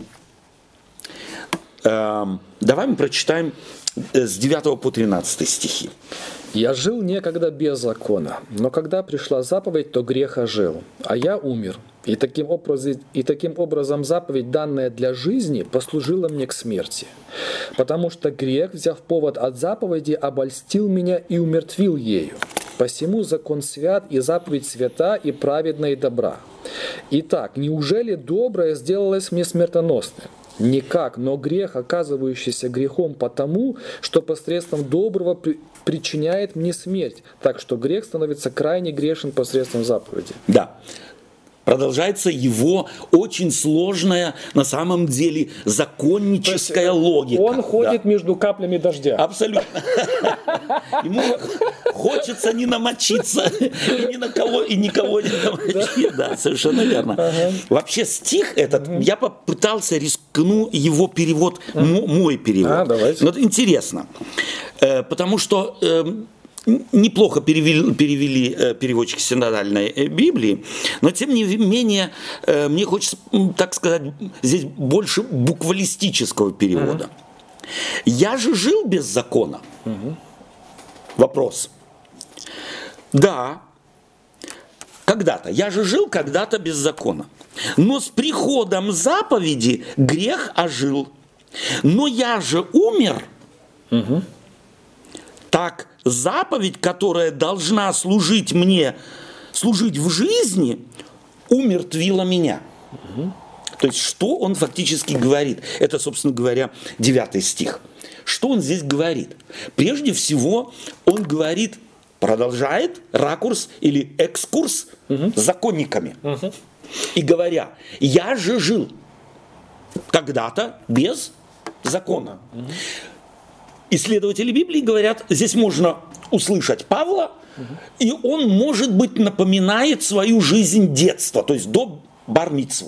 Давай мы прочитаем с 9 по 13 стихи. «Я жил некогда без закона, но когда пришла заповедь, то грех ожил, а я умер. И таким образом заповедь, данная для жизни, послужила мне к смерти. Потому что грех, взяв повод от заповеди, обольстил меня и умертвил ею. Посему закон свят, и заповедь свята, и праведна, и добра. Итак, неужели доброе сделалось мне смертоносным? Никак, но грех, оказывающийся грехом потому, что посредством доброго причиняет мне смерть. Так что грех становится крайне грешен посредством заповеди. Да. Продолжается его очень сложная, на самом деле, законническая логика. Он ходит между каплями дождя. Абсолютно. Ему хочется не намочиться, и ни на кого, и никого не намочить. Да, совершенно верно. Вообще стих этот, я попытался рискну его перевод, мой перевод. Давайте. Вот интересно, потому что неплохо перевели переводчики синодальной Библии, но тем не менее мне хочется, так сказать, здесь больше буквалистического перевода. Я же жил без закона. Вопрос. Да, когда-то. Я же жил когда-то без закона. Но с приходом заповеди грех ожил. Но я же умер. Так заповедь, которая должна служить мне, служить в жизни, умертвила меня. То есть, что он фактически говорит? Это, собственно говоря, 9 стих. Что он здесь говорит? Прежде всего, он говорит, продолжает ракурс или экскурс с законниками. И говоря, я же жил когда-то без закона. Исследователи Библии говорят, здесь можно услышать Павла, и он, может быть, напоминает свою жизнь детства, то есть до бар-мицвы.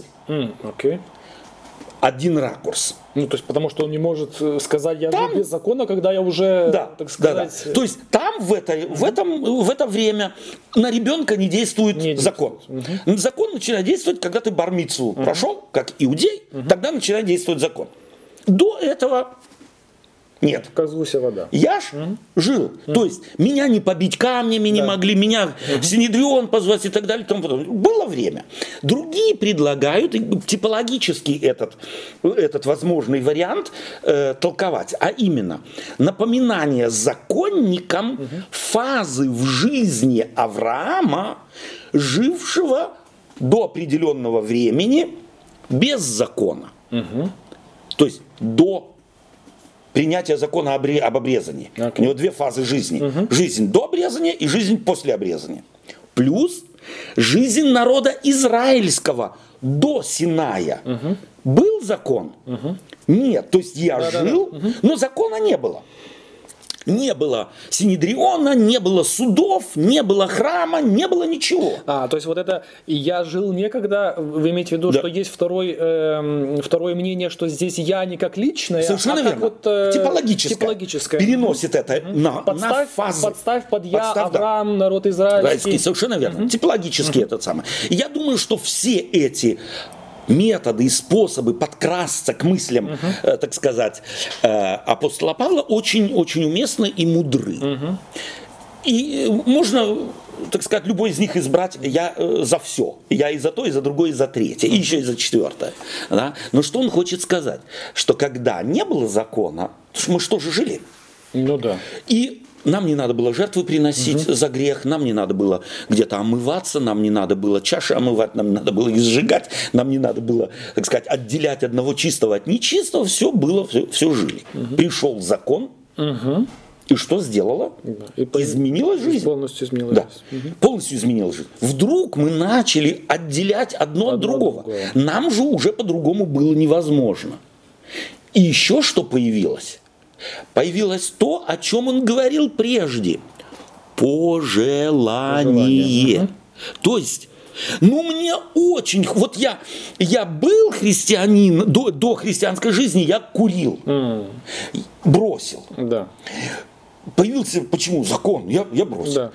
Один ракурс. Ну, то есть, потому что он не может сказать, я жил без закона, когда я уже, так сказать... Да. То есть, там в это время на ребенка не действует закон. Закон начинает действовать, когда ты бар-мицву прошел, как иудей, тогда начинает действовать закон. До этого... Нет. Казуся вода. Я ж жил. То есть меня не побить камнями не могли, меня в Синедрион позвать и так далее. И тому подобное. Было время. Другие предлагают типологически этот возможный вариант толковать. А именно, напоминание законникам фазы в жизни Авраама, жившего до определенного времени без закона. То есть до принятие закона об обрезании. У него 2 фазы жизни. Жизнь до обрезания и жизнь после обрезания. Плюс жизнь народа израильского до Синая. Был закон? Нет. То есть я жил, но закона не было. Не было Синедриона, не было судов, не было храма, не было ничего. То есть вот это «я жил некогда», вы имеете в виду, что есть второе мнение, что здесь «я» не как личное, совершенно верно. Как типологическое. Переносит это на фазы. Подставь под «я», Авраам, народ израильский. Совершенно верно. Типологически этот самый. Я думаю, что все эти методы и способы подкрасться к мыслям, так сказать, апостола Павла очень уместны и мудры. И можно, так сказать, любой из них избрать. Я за все. Я и за то, и за другое, и за третье, и еще и за четвертое. Да? Но что он хочет сказать? Что когда не было закона, мы что же жили? Ну да. И нам не надо было жертвы приносить за грех, нам не надо было где-то омываться, нам не надо было чаши омывать, нам не надо было их сжигать, нам не надо было, так сказать, отделять одного чистого от нечистого, все было, все жили. Пришел закон, и что сделало? Изменилась жизнь. Полностью изменилась. Да. Полностью изменилась жизнь. Вдруг мы начали отделять одно от другого. Нам же уже по-другому было невозможно. И еще что появилось? Появилось то, о чем он говорил прежде. Пожелание. То есть, мне очень... Вот я был христианин, до христианской жизни я курил. Бросил. Да. Появился, почему? Закон. Я бросил. Да.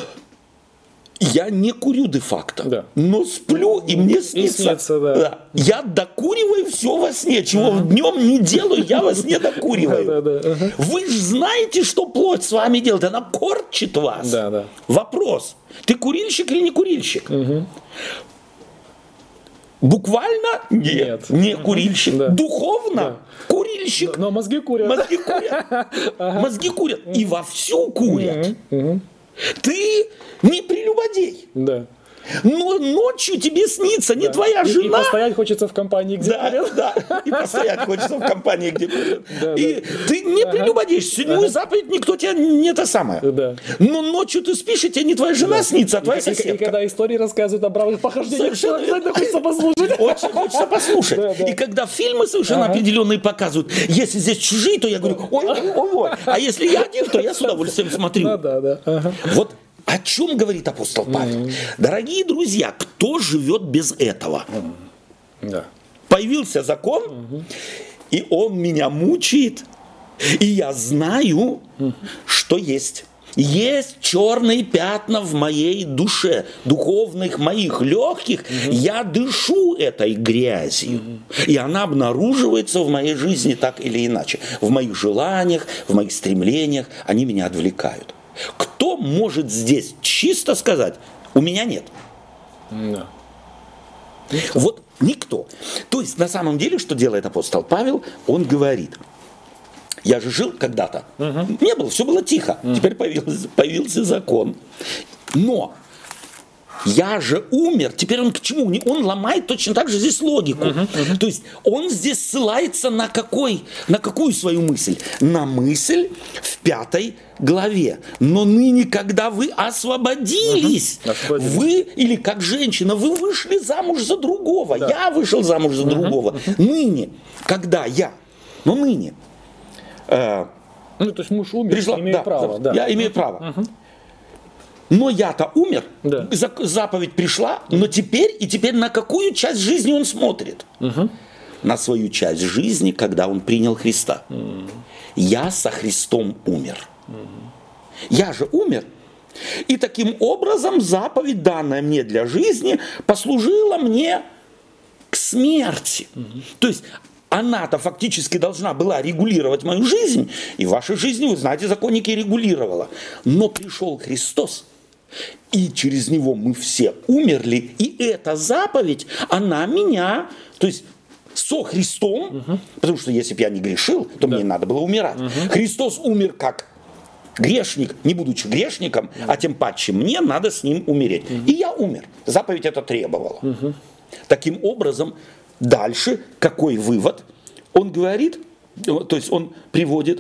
Я не курю де-факто, но сплю, и мне снится. Да. Я докуриваю все во сне, чего днем не делаю, я во сне докуриваю. Вы же знаете, что плоть с вами делает, она корчит вас. Вопрос, ты курильщик или не курильщик? Буквально? Нет. Не курильщик. Духовно? Курильщик. Но мозги курят. Мозги курят. И вовсю курят. ты не прелюбодей. Да. Но ночью тебе снится не твоя И жена. постоять хочется в компании, где курят. Да, и постоять хочется в компании, где курят. Да, И ты не прелюбодеешь. Седьмую заповедь никто тебя не то самое. Да. Но ночью ты спишь, и тебе не твоя жена снится, а твоя И соседка. когда истории рассказывают о бравых похождениях, Совершенно. хочется послушать. Очень хочется послушать. Да. И когда фильмы совершенно определенные показывают, если здесь чужие, то я говорю, ой. А если я один, то я с удовольствием смотрю. Да. Ага. Вот о чем говорит апостол Павел? Дорогие друзья, кто живет без этого? Да. Появился закон, и он меня мучает, и я знаю, что есть. Есть черные пятна в моей душе, духовных моих легких. Я дышу этой грязью. И она обнаруживается в моей жизни так или иначе. В моих желаниях, в моих стремлениях. Они меня отвлекают. Кто может здесь чисто сказать, у меня нет? Да. Вот никто. То есть на самом деле, что делает апостол Павел? Он говорит, я же жил когда-то, не было, все было тихо, теперь появился закон. Но я же умер, теперь он к чему? Он ломает точно так же здесь логику. То есть он здесь ссылается на какую свою мысль? На мысль в 5 главе. Но ныне, когда вы освободились, вы, или как женщина, вы вышли замуж за другого. Я вышел замуж за другого. Ныне, когда я, ныне. То есть муж умер, имеет право. Да. Я имею право. Но я-то умер, Да. заповедь пришла, но теперь на какую часть жизни он смотрит? На свою часть жизни, когда он принял Христа. Я со Христом умер. Я же умер. И таким образом заповедь, данная мне для жизни, послужила мне к смерти. То есть она-то фактически должна была регулировать мою жизнь, и в вашей жизни, вы знаете, законники регулировала. Но пришел Христос, и через него мы все умерли, и эта заповедь, она меня, то есть со Христом, потому что если бы я не грешил, то мне надо было умирать. Христос умер как грешник, не будучи грешником, а тем паче мне надо с ним умереть. И я умер. Заповедь это требовала. Таким образом, дальше какой вывод? Он говорит, то есть он приводит,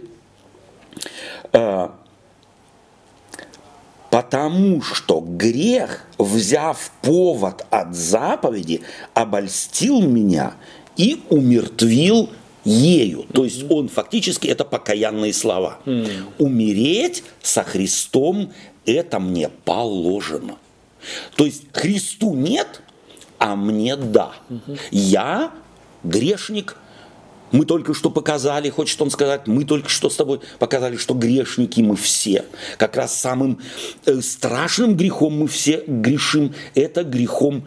потому что грех, взяв повод от заповеди, обольстил меня и умертвил ею. То есть он фактически, это покаянные слова. Умереть со Христом это мне положено. То есть Христу нет, а мне да. Я грешник. Мы только что показали, хочет он сказать, мы только что с тобой показали, что грешники мы все. Как раз самым страшным грехом мы все грешим, это грехом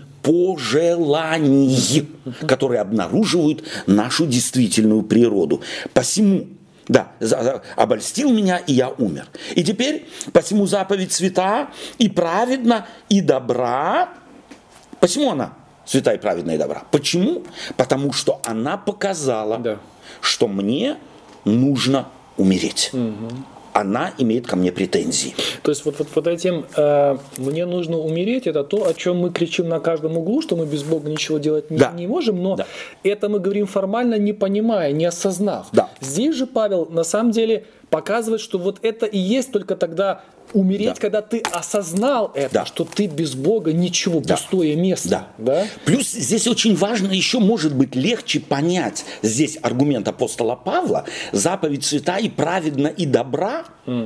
пожеланий, которые обнаруживают нашу действительную природу. Посему, да, обольстил меня, и я умер. И теперь, посему заповедь свята и праведна, и добра. Посему она святая, праведная и добра. Почему? Потому что она показала, что мне нужно умереть. Она имеет ко мне претензии. То есть вот этим «мне нужно умереть» это то, о чем мы кричим на каждом углу, что мы без Бога ничего делать не можем, но это мы говорим формально, не понимая, не осознав. Здесь же Павел на самом деле показывает, что вот это и есть только тогда умереть, когда ты осознал это, что ты без Бога ничего, пустое место. Да. Плюс здесь очень важно, еще может быть легче понять здесь аргумент апостола Павла, заповедь свята и праведна и добра,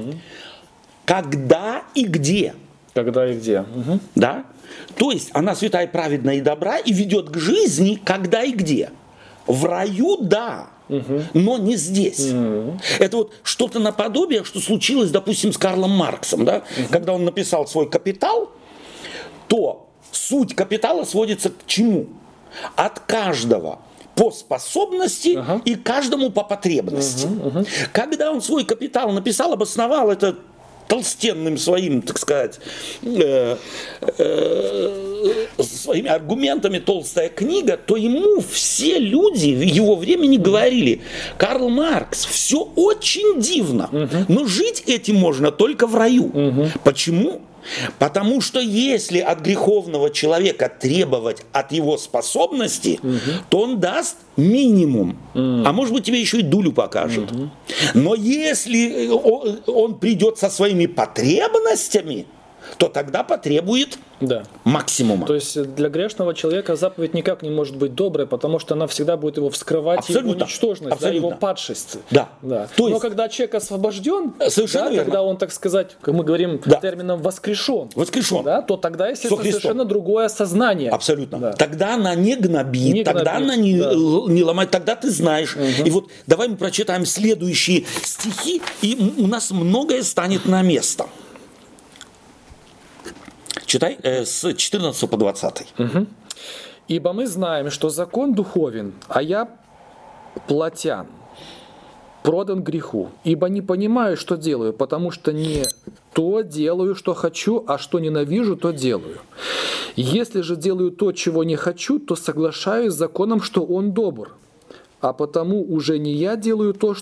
когда и где. Когда и где. Да? То есть она святая, праведна и добра и ведет к жизни когда и где. В раю, да. Но не здесь. Это вот что-то наподобие, что случилось, допустим, с Карлом Марксом. Да? Когда он написал свой «Капитал», то суть «Капитала» сводится к чему? От каждого по способности и каждому по потребности. Когда он свой «Капитал» написал, обосновал, это толстенным своим, так сказать, своими аргументами толстая книга, то ему все люди в его времени говорили: Карл Маркс, все очень дивно, но жить этим можно только в раю. Почему? Потому что если от греховного человека требовать от его способности, то он даст минимум, а может быть тебе еще и дулю покажет. Но если он придет со своими потребностями, то тогда потребует максимума. То есть для грешного человека заповедь никак не может быть доброй, потому что она всегда будет его вскрывать, его ничтожность, его падшесть. Да. Но когда человек освобожден, когда он, так сказать, как мы говорим термином воскрешен, то тогда, естественно, совершенно другое сознание. Абсолютно. Тогда она не гнобит, тогда она не ломает, тогда ты знаешь. И вот давай мы прочитаем следующие стихи, и у нас многое станет на место. Читай с 14 по 20. «Ибо мы знаем, что закон духовен, а я плотян, продан греху. Ибо не понимаю, что делаю, потому что не то делаю, что хочу, а что ненавижу, то делаю. Если же делаю то, чего не хочу, то соглашаюсь с законом, что он добр. А потому уже не я делаю то,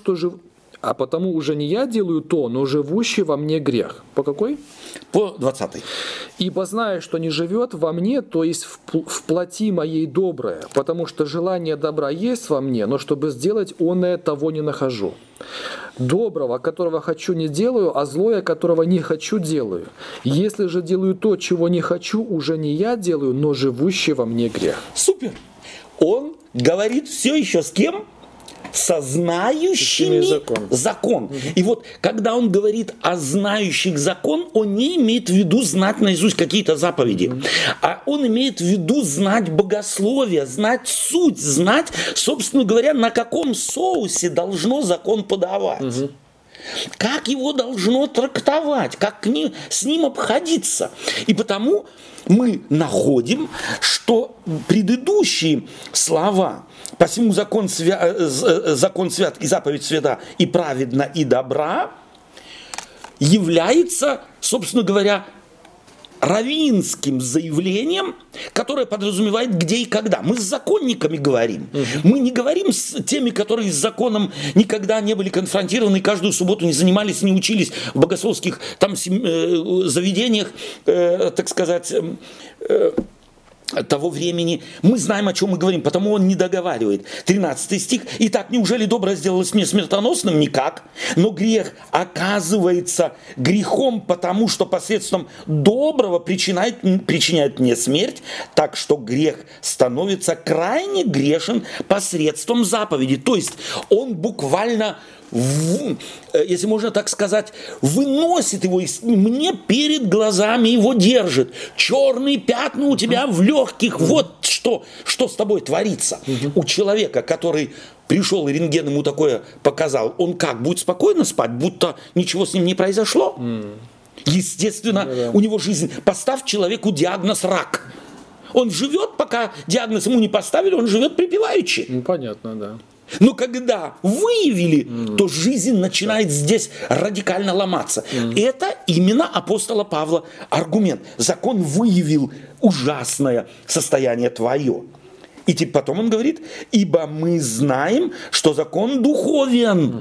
но живущий во мне грех». По какой? По 20. «Ибо знаю, что не живет во мне, то есть в плоти моей доброе, потому что желание добра есть во мне, но чтобы сделать оное, того не нахожу. Доброго, которого хочу, не делаю, а злое, которого не хочу, делаю. Если же делаю то, чего не хочу, уже не я делаю, но живущий во мне грех». Супер! Он говорит все еще с кем? Со знающими закон. И вот, когда он говорит о знающих закон, он не имеет в виду знать наизусть какие-то заповеди, а он имеет в виду знать богословие, знать суть, знать, собственно говоря, на каком соусе должно закон подавать. Как его должно трактовать, как с ним обходиться. И потому мы находим, что предыдущие слова «посему закон свят и заповедь свята, и праведна, и добра» является, собственно говоря, раввинским заявлением, которое подразумевает где и когда. Мы с законниками говорим. Мы не говорим с теми, которые с законом никогда не были конфронтированы, каждую субботу не занимались, не учились в богословских там заведениях, так сказать, того времени. Мы знаем, о чем мы говорим, потому он не договаривает. 13 стих. «Итак, неужели доброе сделалось мне смертоносным? Никак. Но грех оказывается грехом, потому что посредством доброго причиняет мне смерть, так что грех становится крайне грешен посредством заповеди». То есть он буквально, если можно так сказать, выносит его, мне перед глазами его держит. Черные пятна у тебя в легких. Вот что с тобой творится. У человека, который пришел и рентген ему такое показал, он как, будет спокойно спать, будто ничего с ним не произошло? Естественно, у него жизнь. Поставь человеку диагноз рак. Он живет, пока диагноз ему не поставили, он живет припеваючи. Понятно, да. Но когда выявили, то жизнь начинает здесь радикально ломаться. Это именно апостола Павла аргумент. Закон выявил ужасное состояние твое. И потом он говорит: ибо мы знаем, что закон духовен.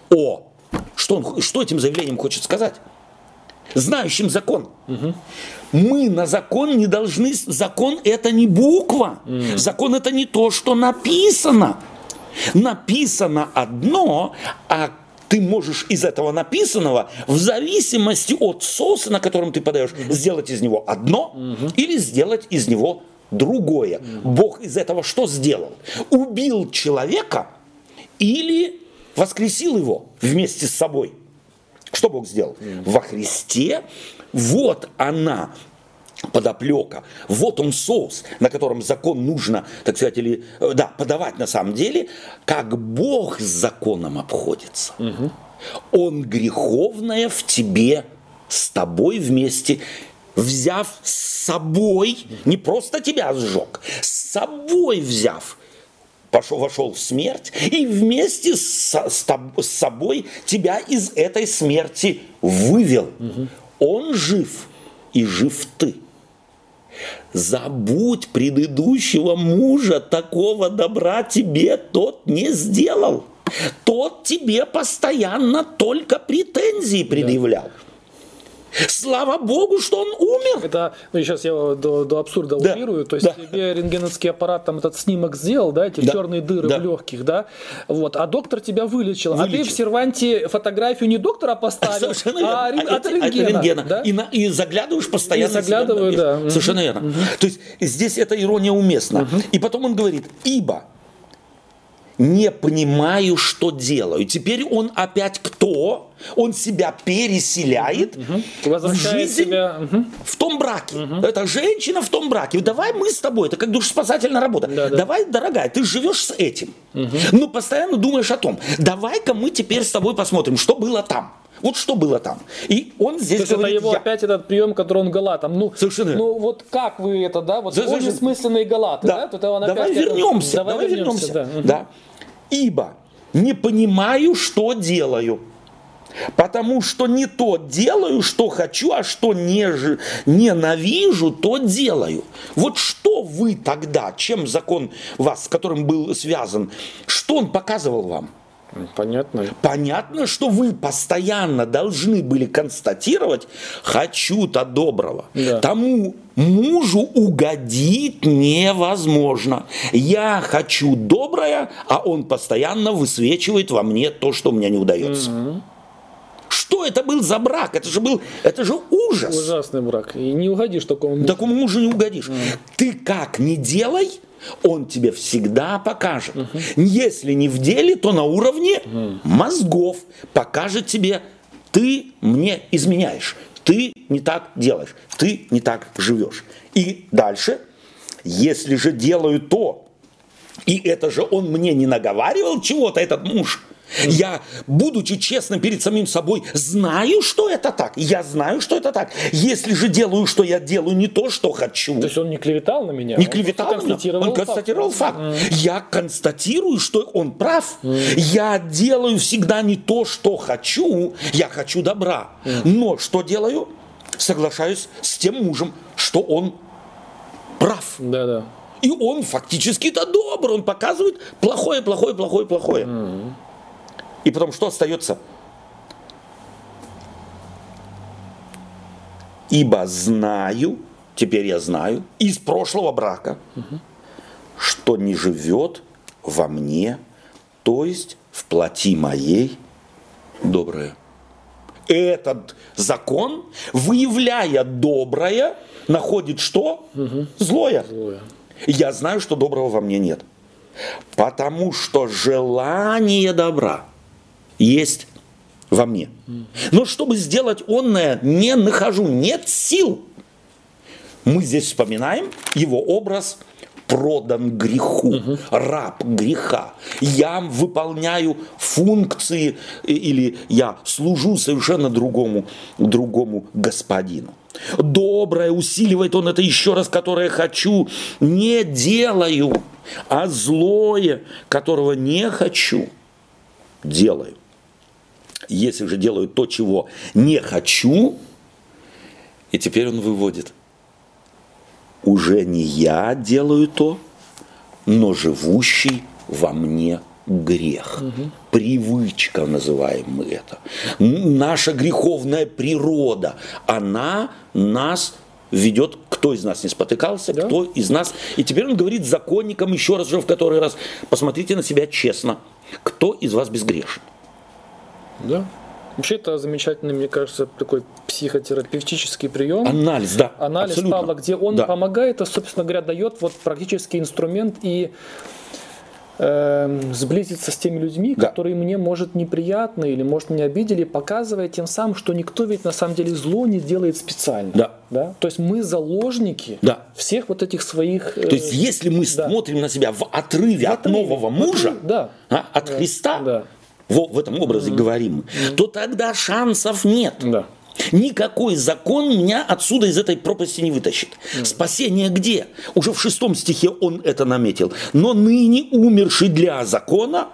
Что этим заявлением хочет сказать? Знающим закон. Мы на закон не должны... Закон это не буква. Закон это не то, что написано. Написано одно, а ты можешь из этого написанного, в зависимости от соуса, на котором ты подаешь, сделать из него одно или сделать из него другое. Бог из этого что сделал? Убил человека или воскресил его вместе с собой. Что Бог сделал? Во Христе вот она подоплека, вот он соус, на котором закон нужно, так сказать, подавать на самом деле, как Бог с законом обходится. Он греховное в тебе, с тобой вместе, взяв с собой, не просто тебя сжег, с собой взяв, вошел в смерть и вместе с собой тебя из этой смерти вывел. Он жив, и жив ты. Забудь предыдущего мужа, такого добра тебе тот не сделал. Тот тебе постоянно только претензии предъявлял. Слава Богу, что он умер. Это, сейчас я до абсурда утрирую, то есть тебе рентгеновский аппарат там этот снимок сделал, да, эти черные дыры в легких, да, вот, а доктор тебя вылечил. А ты в серванте фотографию не доктора поставил, а от рентгена. Да? И заглядываешь постоянно. Да. Совершенно верно. То есть здесь эта ирония уместна. И потом он говорит, ибо не понимаю, что делаю. Теперь он опять кто? Он себя переселяет в жизнь в том браке. Это женщина в том браке. Давай мы с тобой, это как душеспасательная работа. Давай, дорогая, ты живешь с этим. Но постоянно думаешь о том, давай-ка мы теперь с тобой посмотрим, что было там. Вот что было там. И он здесь то есть говорит, это его опять этот прием, который он галатам. Ну вот как вы это, да? Вот он бессмысленные галаты, да? Тут он давай опять вернемся. Давай вернемся. Да. Ибо не понимаю, что делаю. Потому что не то делаю, что хочу, а что ненавижу, то делаю. Вот что вы тогда, чем закон вас, с которым был связан, что он показывал вам? Понятно. Понятно, что вы постоянно должны были констатировать «хочу-то доброго». Да. Тому мужу угодить невозможно. Я хочу доброе, а он постоянно высвечивает во мне то, что мне не удается. Что это был за брак? Это же ужас. Ужасный брак. И не угодишь такому мужу. Такому мужу не угодишь. Ты как ни делай, он тебе всегда покажет. Если не в деле, то на уровне мозгов покажет тебе, ты мне изменяешь, ты не так делаешь, ты не так живешь. И дальше, если же делаю то, и это же он мне не наговаривал чего-то, этот муж, я, будучи честным перед самим собой, знаю, что это так. Я знаю, что это так. Если же делаю, что я делаю не то, что хочу. То есть он не клеветал на меня? Не клеветал на меня. Он констатировал факт. Я констатирую, что он прав. Я делаю всегда не то, что хочу. Я хочу добра. Но что делаю? Соглашаюсь с тем мужем, что он прав. Да. И он фактически-то добр. Он показывает плохое. И потом что остается? Ибо знаю, теперь я знаю, из прошлого брака, что не живет во мне, то есть в плоти моей, доброе. Этот закон, выявляя доброе, находит что? Злое. Я знаю, что доброго во мне нет. Потому что желание добра есть во мне. Но чтобы сделать онное, не нахожу, нет сил. Мы здесь вспоминаем его образ продан греху, раб греха. Я выполняю функции или я служу совершенно другому господину. Доброе усиливает он это еще раз, которое хочу, не делаю, а злое, которого не хочу, делаю. Если же делаю то, чего не хочу, и теперь он выводит, уже не я делаю то, но живущий во мне грех. Привычка, называем мы это. Наша греховная природа, она нас ведет, кто из нас не спотыкался, кто из нас. И теперь он говорит законникам еще раз, в который раз, посмотрите на себя честно, кто из вас безгрешен. Да. Вообще это замечательный, мне кажется, такой психотерапевтический прием. Анализ, да. Анализ абсолютно. Павла, где он помогает, а, собственно говоря, дает вот практический инструмент и сблизиться с теми людьми, которые мне, может, неприятны или, может, меня обидели, показывая тем самым, что никто ведь на самом деле зло не делает специально. Да? То есть мы заложники всех вот этих своих... То есть если мы смотрим на себя в отрыве от нового мужа, от Христа, в этом образе говорим, то тогда шансов нет. Никакой закон меня отсюда, из этой пропасти не вытащит. Спасение где? Уже в 6 стихе он это наметил. Но ныне умерший для закона,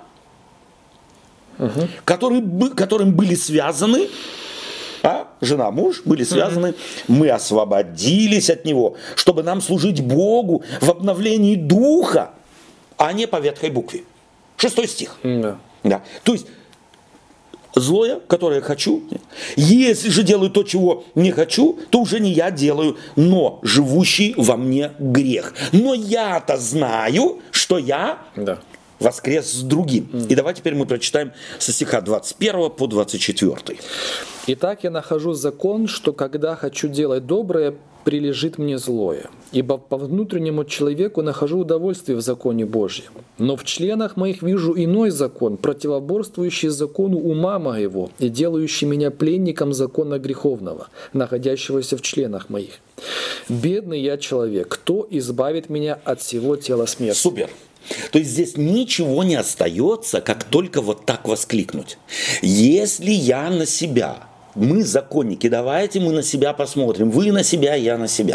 которым были связаны, жена, муж, были связаны, мы освободились от него, чтобы нам служить Богу в обновлении духа, а не по ветхой букве. 6 стих. Да. То есть, злое, которое я хочу, если же делаю то, чего не хочу, то уже не я делаю, но живущий во мне грех. Но я-то знаю, что я воскрес с другим. И давай теперь мы прочитаем со стиха 21 по 24. «Итак, я нахожу закон, что когда хочу делать доброе, прилежит мне злое. Ибо по внутреннему человеку нахожу удовольствие в законе Божьем. Но в членах моих вижу иной закон, противоборствующий закону ума моего и делающий меня пленником закона греховного, находящегося в членах моих. Бедный я человек, кто избавит меня от всего тела смерти?» Супер. То есть здесь ничего не остается, как только вот так воскликнуть. Если я на себя, мы законники, давайте мы на себя посмотрим. Вы на себя, я на себя.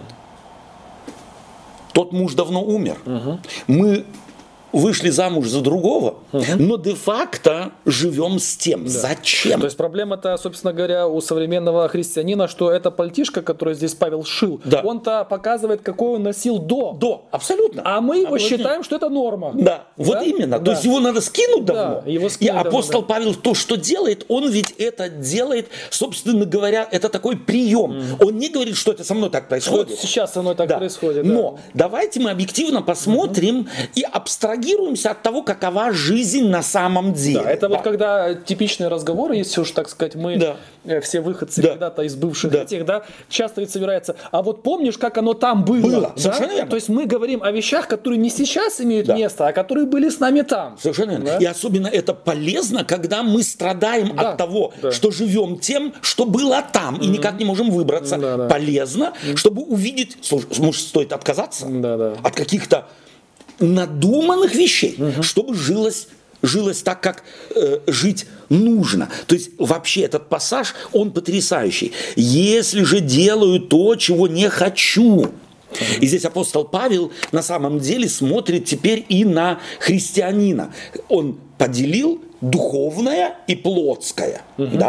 Тот муж давно умер. Мы вышли замуж за другого, но де-факто живем с тем. Зачем? То есть проблема-то, собственно говоря, у современного христианина, что это пальтишко, которое здесь Павел шил, он-то показывает, какой он носил до. Абсолютно. А мы его считаем, что это норма. Вот именно. То есть его надо скинуть давно. Его И апостол Павел то, что делает, он ведь это делает, собственно говоря, это такой прием. Он не говорит, что это со мной так происходит. Вот сейчас со мной так происходит. Но давайте мы объективно посмотрим и абстрагируемся от того, какова жизнь на самом деле. Это вот когда типичные разговоры, если уж так сказать, мы все выходцы когда-то из бывших этих, часто ведь собирается, а вот помнишь, как оно там было? Совершенно верно. То есть мы говорим о вещах, которые не сейчас имеют место, а которые были с нами там. Совершенно верно. И особенно это полезно, когда мы страдаем от того, что живем тем, что было там, и никак не можем выбраться. Полезно, чтобы увидеть, может, стоит отказаться от каких-то надуманных вещей, чтобы жилось так, как жить нужно. То есть вообще этот пассаж, он потрясающий. Если же делаю то, чего не хочу. И здесь апостол Павел на самом деле смотрит теперь и на христианина. Он поделил духовное и плотское.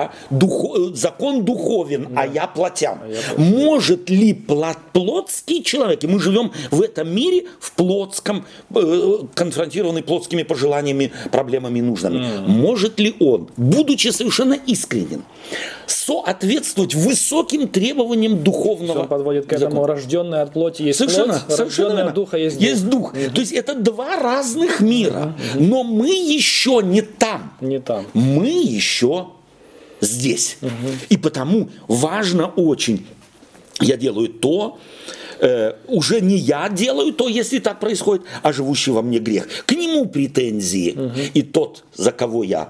Закон духовен, а я плотян. Может ли плотский человек, и мы живем в этом мире, в плотском, конфронтированный плотскими пожеланиями, проблемами и нуждами, может ли он, будучи совершенно искренен, соответствовать высоким требованиям духовного закона? Он подводит к этому: рожденный от плоти есть плоть, рожденный от духа есть дух. То есть это два разных мира, но мы еще не там. Мы еще здесь. И потому важно очень, я делаю то, уже не я делаю то, если так происходит, а живущий во мне грех. К нему претензии. И тот, за кого я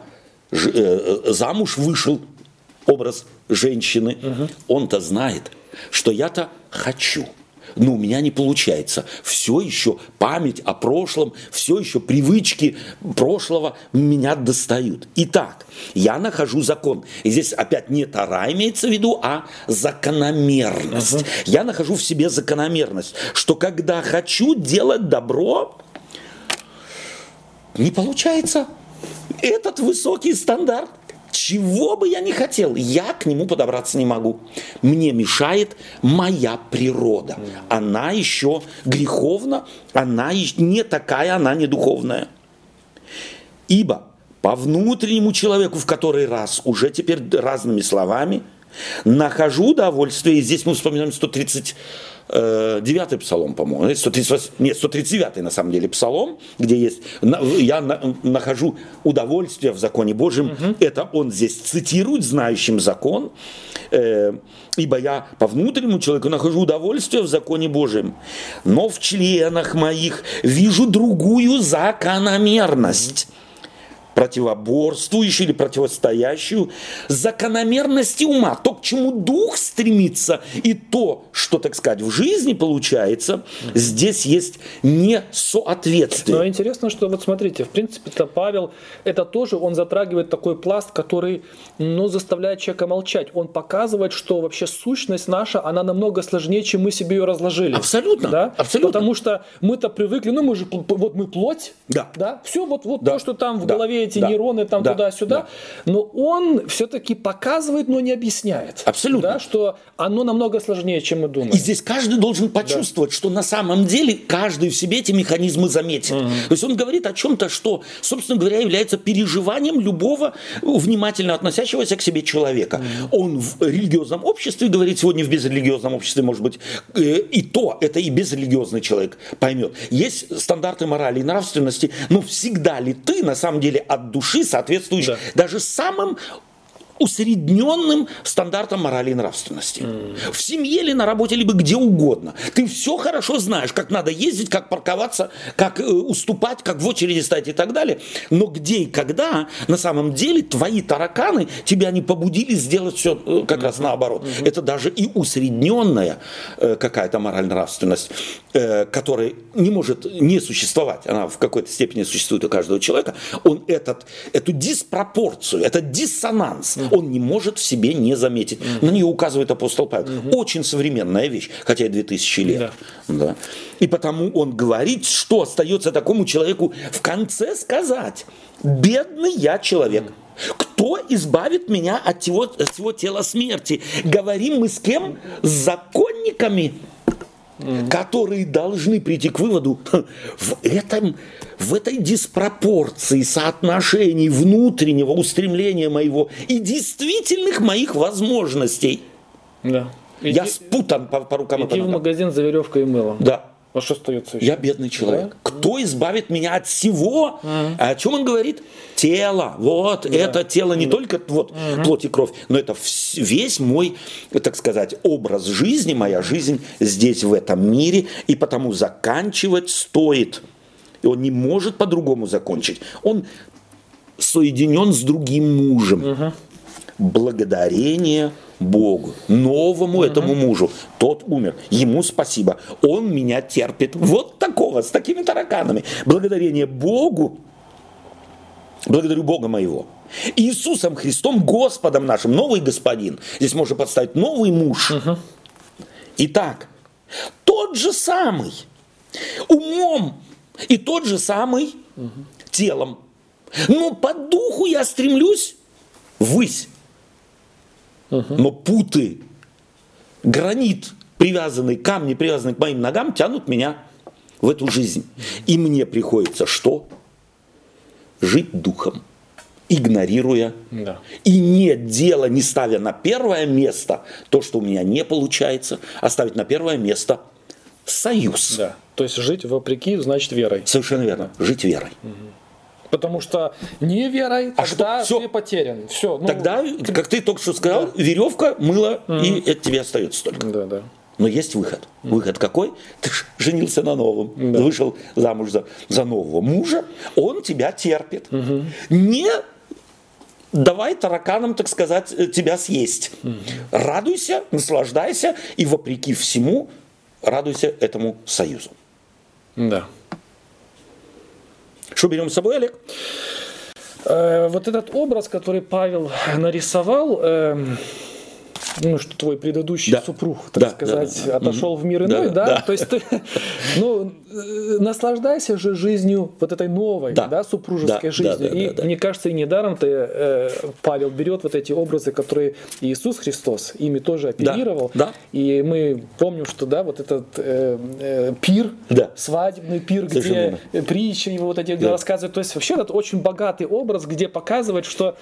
замуж вышел, образ женщины, он-то знает, что я-то хочу. Но у меня не получается. Все еще память о прошлом, все еще привычки прошлого меня достают. Итак, я нахожу закон. И здесь опять не Тора имеется в виду, а закономерность. Я нахожу в себе закономерность, что когда хочу делать добро, не получается. Этот высокий стандарт. Чего бы я ни хотел, я к нему подобраться не могу. Мне мешает моя природа. Она еще греховна, она не такая, она не духовная. Ибо по внутреннему человеку, в который раз, уже теперь разными словами, нахожу удовольствие. И здесь мы вспоминаем 139-й псалом, по-моему, 139-й на самом деле псалом, где есть «я нахожу удовольствие в законе Божьем». Это он здесь цитирует, знающим закон. «Ибо я по внутреннему человеку нахожу удовольствие в законе Божьем, но в членах моих вижу другую закономерность». противоборствующую или противостоящую закономерности ума. То, к чему дух стремится, и то, что, так сказать, в жизни получается, здесь есть несоответствие. Но интересно, что вот смотрите, в принципе-то Павел, это тоже он затрагивает такой пласт, который заставляет человека молчать. Он показывает, что вообще сущность наша, она намного сложнее, чем мы себе ее разложили. Абсолютно. Да? Абсолютно. Потому что мы-то привыкли, мы же, вот мы плоть, Да. Все вот Да. то, что там в Да. голове эти Да. нейроны там Да. туда-сюда, Да. но он все-таки показывает, но не объясняет. Абсолютно. Да, что оно намного сложнее, чем мы думаем. И здесь каждый должен почувствовать, что на самом деле каждый в себе эти механизмы заметит. То есть он говорит о чем-то, что, собственно говоря, является переживанием любого внимательно относящегося к себе человека. Он в религиозном обществе говорит, сегодня в безрелигиозном обществе, может быть, и то, это и безрелигиозный человек поймет. Есть стандарты морали и нравственности, но всегда ли ты, на самом деле, от души соответствуешь даже самым усредненным стандартам морали и нравственности. В семье или на работе, либо где угодно. Ты все хорошо знаешь, как надо ездить, как парковаться, как уступать, как в очереди стоять и так далее. Но где и когда на самом деле твои тараканы тебя не побудили сделать все как раз наоборот. Это даже и усредненная какая-то мораль-нравственность, которая не может не существовать. Она в какой-то степени существует у каждого человека. Он эту диспропорцию, этот диссонанс, он не может в себе не заметить. На нее указывает апостол Павел. Очень современная вещь, хотя и 2000 лет. Да. И потому он говорит, что остается такому человеку в конце сказать: бедный я человек. Кто избавит меня от всего тела смерти? Говорим мы с кем? С законниками, которые должны прийти к выводу в этой диспропорции соотношений внутреннего устремления моего и действительных моих возможностей. Да. Я спутан по рукам и по Иди в ногам. магазин за веревкой и мылом. Да. А что остается еще? Я бедный человек. Да? Кто избавит меня от всего? А о чем он говорит? Тело. Вот это тело не только плоть и кровь, но это весь мой, так сказать, образ жизни, моя жизнь здесь, в этом мире. И потому заканчивать стоит. И он не может по-другому закончить. Он соединен с другим мужем. Благодарение Богу, новому этому мужу. Тот умер. Ему спасибо. Он меня терпит. Вот такого, с такими тараканами. Благодарение Богу. Благодарю Бога моего. Иисусом Христом, Господом нашим. Новый господин. Здесь можно подставить новый муж. Итак, тот же самый умом и тот же самый телом. Но по духу я стремлюсь ввысь. Но путы, гранит, привязанный, камни, привязанные к моим ногам, тянут меня в эту жизнь. И мне приходится что? Жить духом, игнорируя. Да. И нет дела, не ставя на первое место то, что у меня не получается, а ставить на первое место союз. Да. То есть жить вопреки, значит, верой. Совершенно верно. Жить верой. Потому что не верой, тогда ты потерян. Все, тогда, как ты только что сказал, веревка, мыло, и это тебе остается только. Да. Но есть выход. Выход какой? Ты женился на новом, вышел замуж за нового мужа, он тебя терпит. Не давай тараканам, так сказать, тебя съесть. Радуйся, наслаждайся и вопреки всему радуйся этому союзу. Да. Что берем с собой, Олег? Вот этот образ, который Павел нарисовал, что твой предыдущий супруг, так сказать, отошел в мир иной, то есть ты, наслаждайся же жизнью вот этой новой, супружеской жизнью. И мне кажется, и недаром Павел берет вот эти образы, которые Иисус Христос ими тоже оперировал. И мы помним, что вот этот пир, свадебный пир, где притчи его вот эти рассказывают. То есть вообще это очень богатый образ, где показывает, что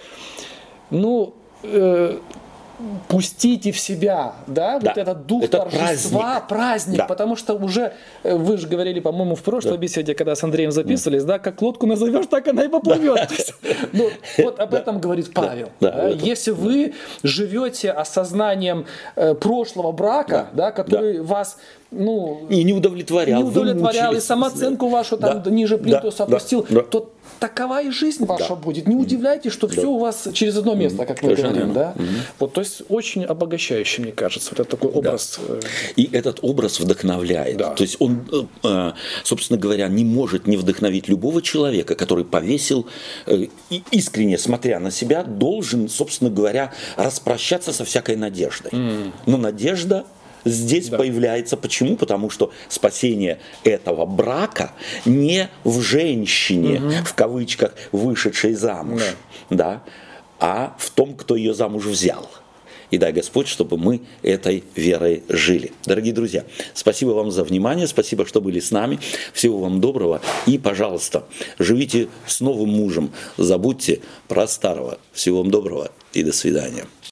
пустите в себя, вот этот дух это торжества, праздник, потому что уже, вы же говорили, по-моему, в прошлой беседе, когда с Андреем записывались, как лодку назовешь, так она и поплывет. Вот об этом говорит Павел. Если вы живете осознанием прошлого брака, который вас и не удовлетворял, и самооценку вашу там ниже плинтуса опустил, то такова и жизнь ваша будет. Не удивляйтесь, что все у вас через одно место, как мы говорим. Да? Вот, то есть очень обогащающий, мне кажется, вот этот такой образ. И этот образ вдохновляет. То есть он, собственно говоря, не может не вдохновить любого человека, который повесил, искренне смотря на себя, должен, собственно говоря, распрощаться со всякой надеждой. Но надежда здесь появляется. Почему? Потому что спасение этого брака не в женщине, в кавычках, вышедшей замуж, а в том, кто ее замуж взял. И дай Господь, чтобы мы этой верой жили. Дорогие друзья, спасибо вам за внимание, спасибо, что были с нами. Всего вам доброго. И, пожалуйста, живите с новым мужем. Забудьте про старого. Всего вам доброго и до свидания.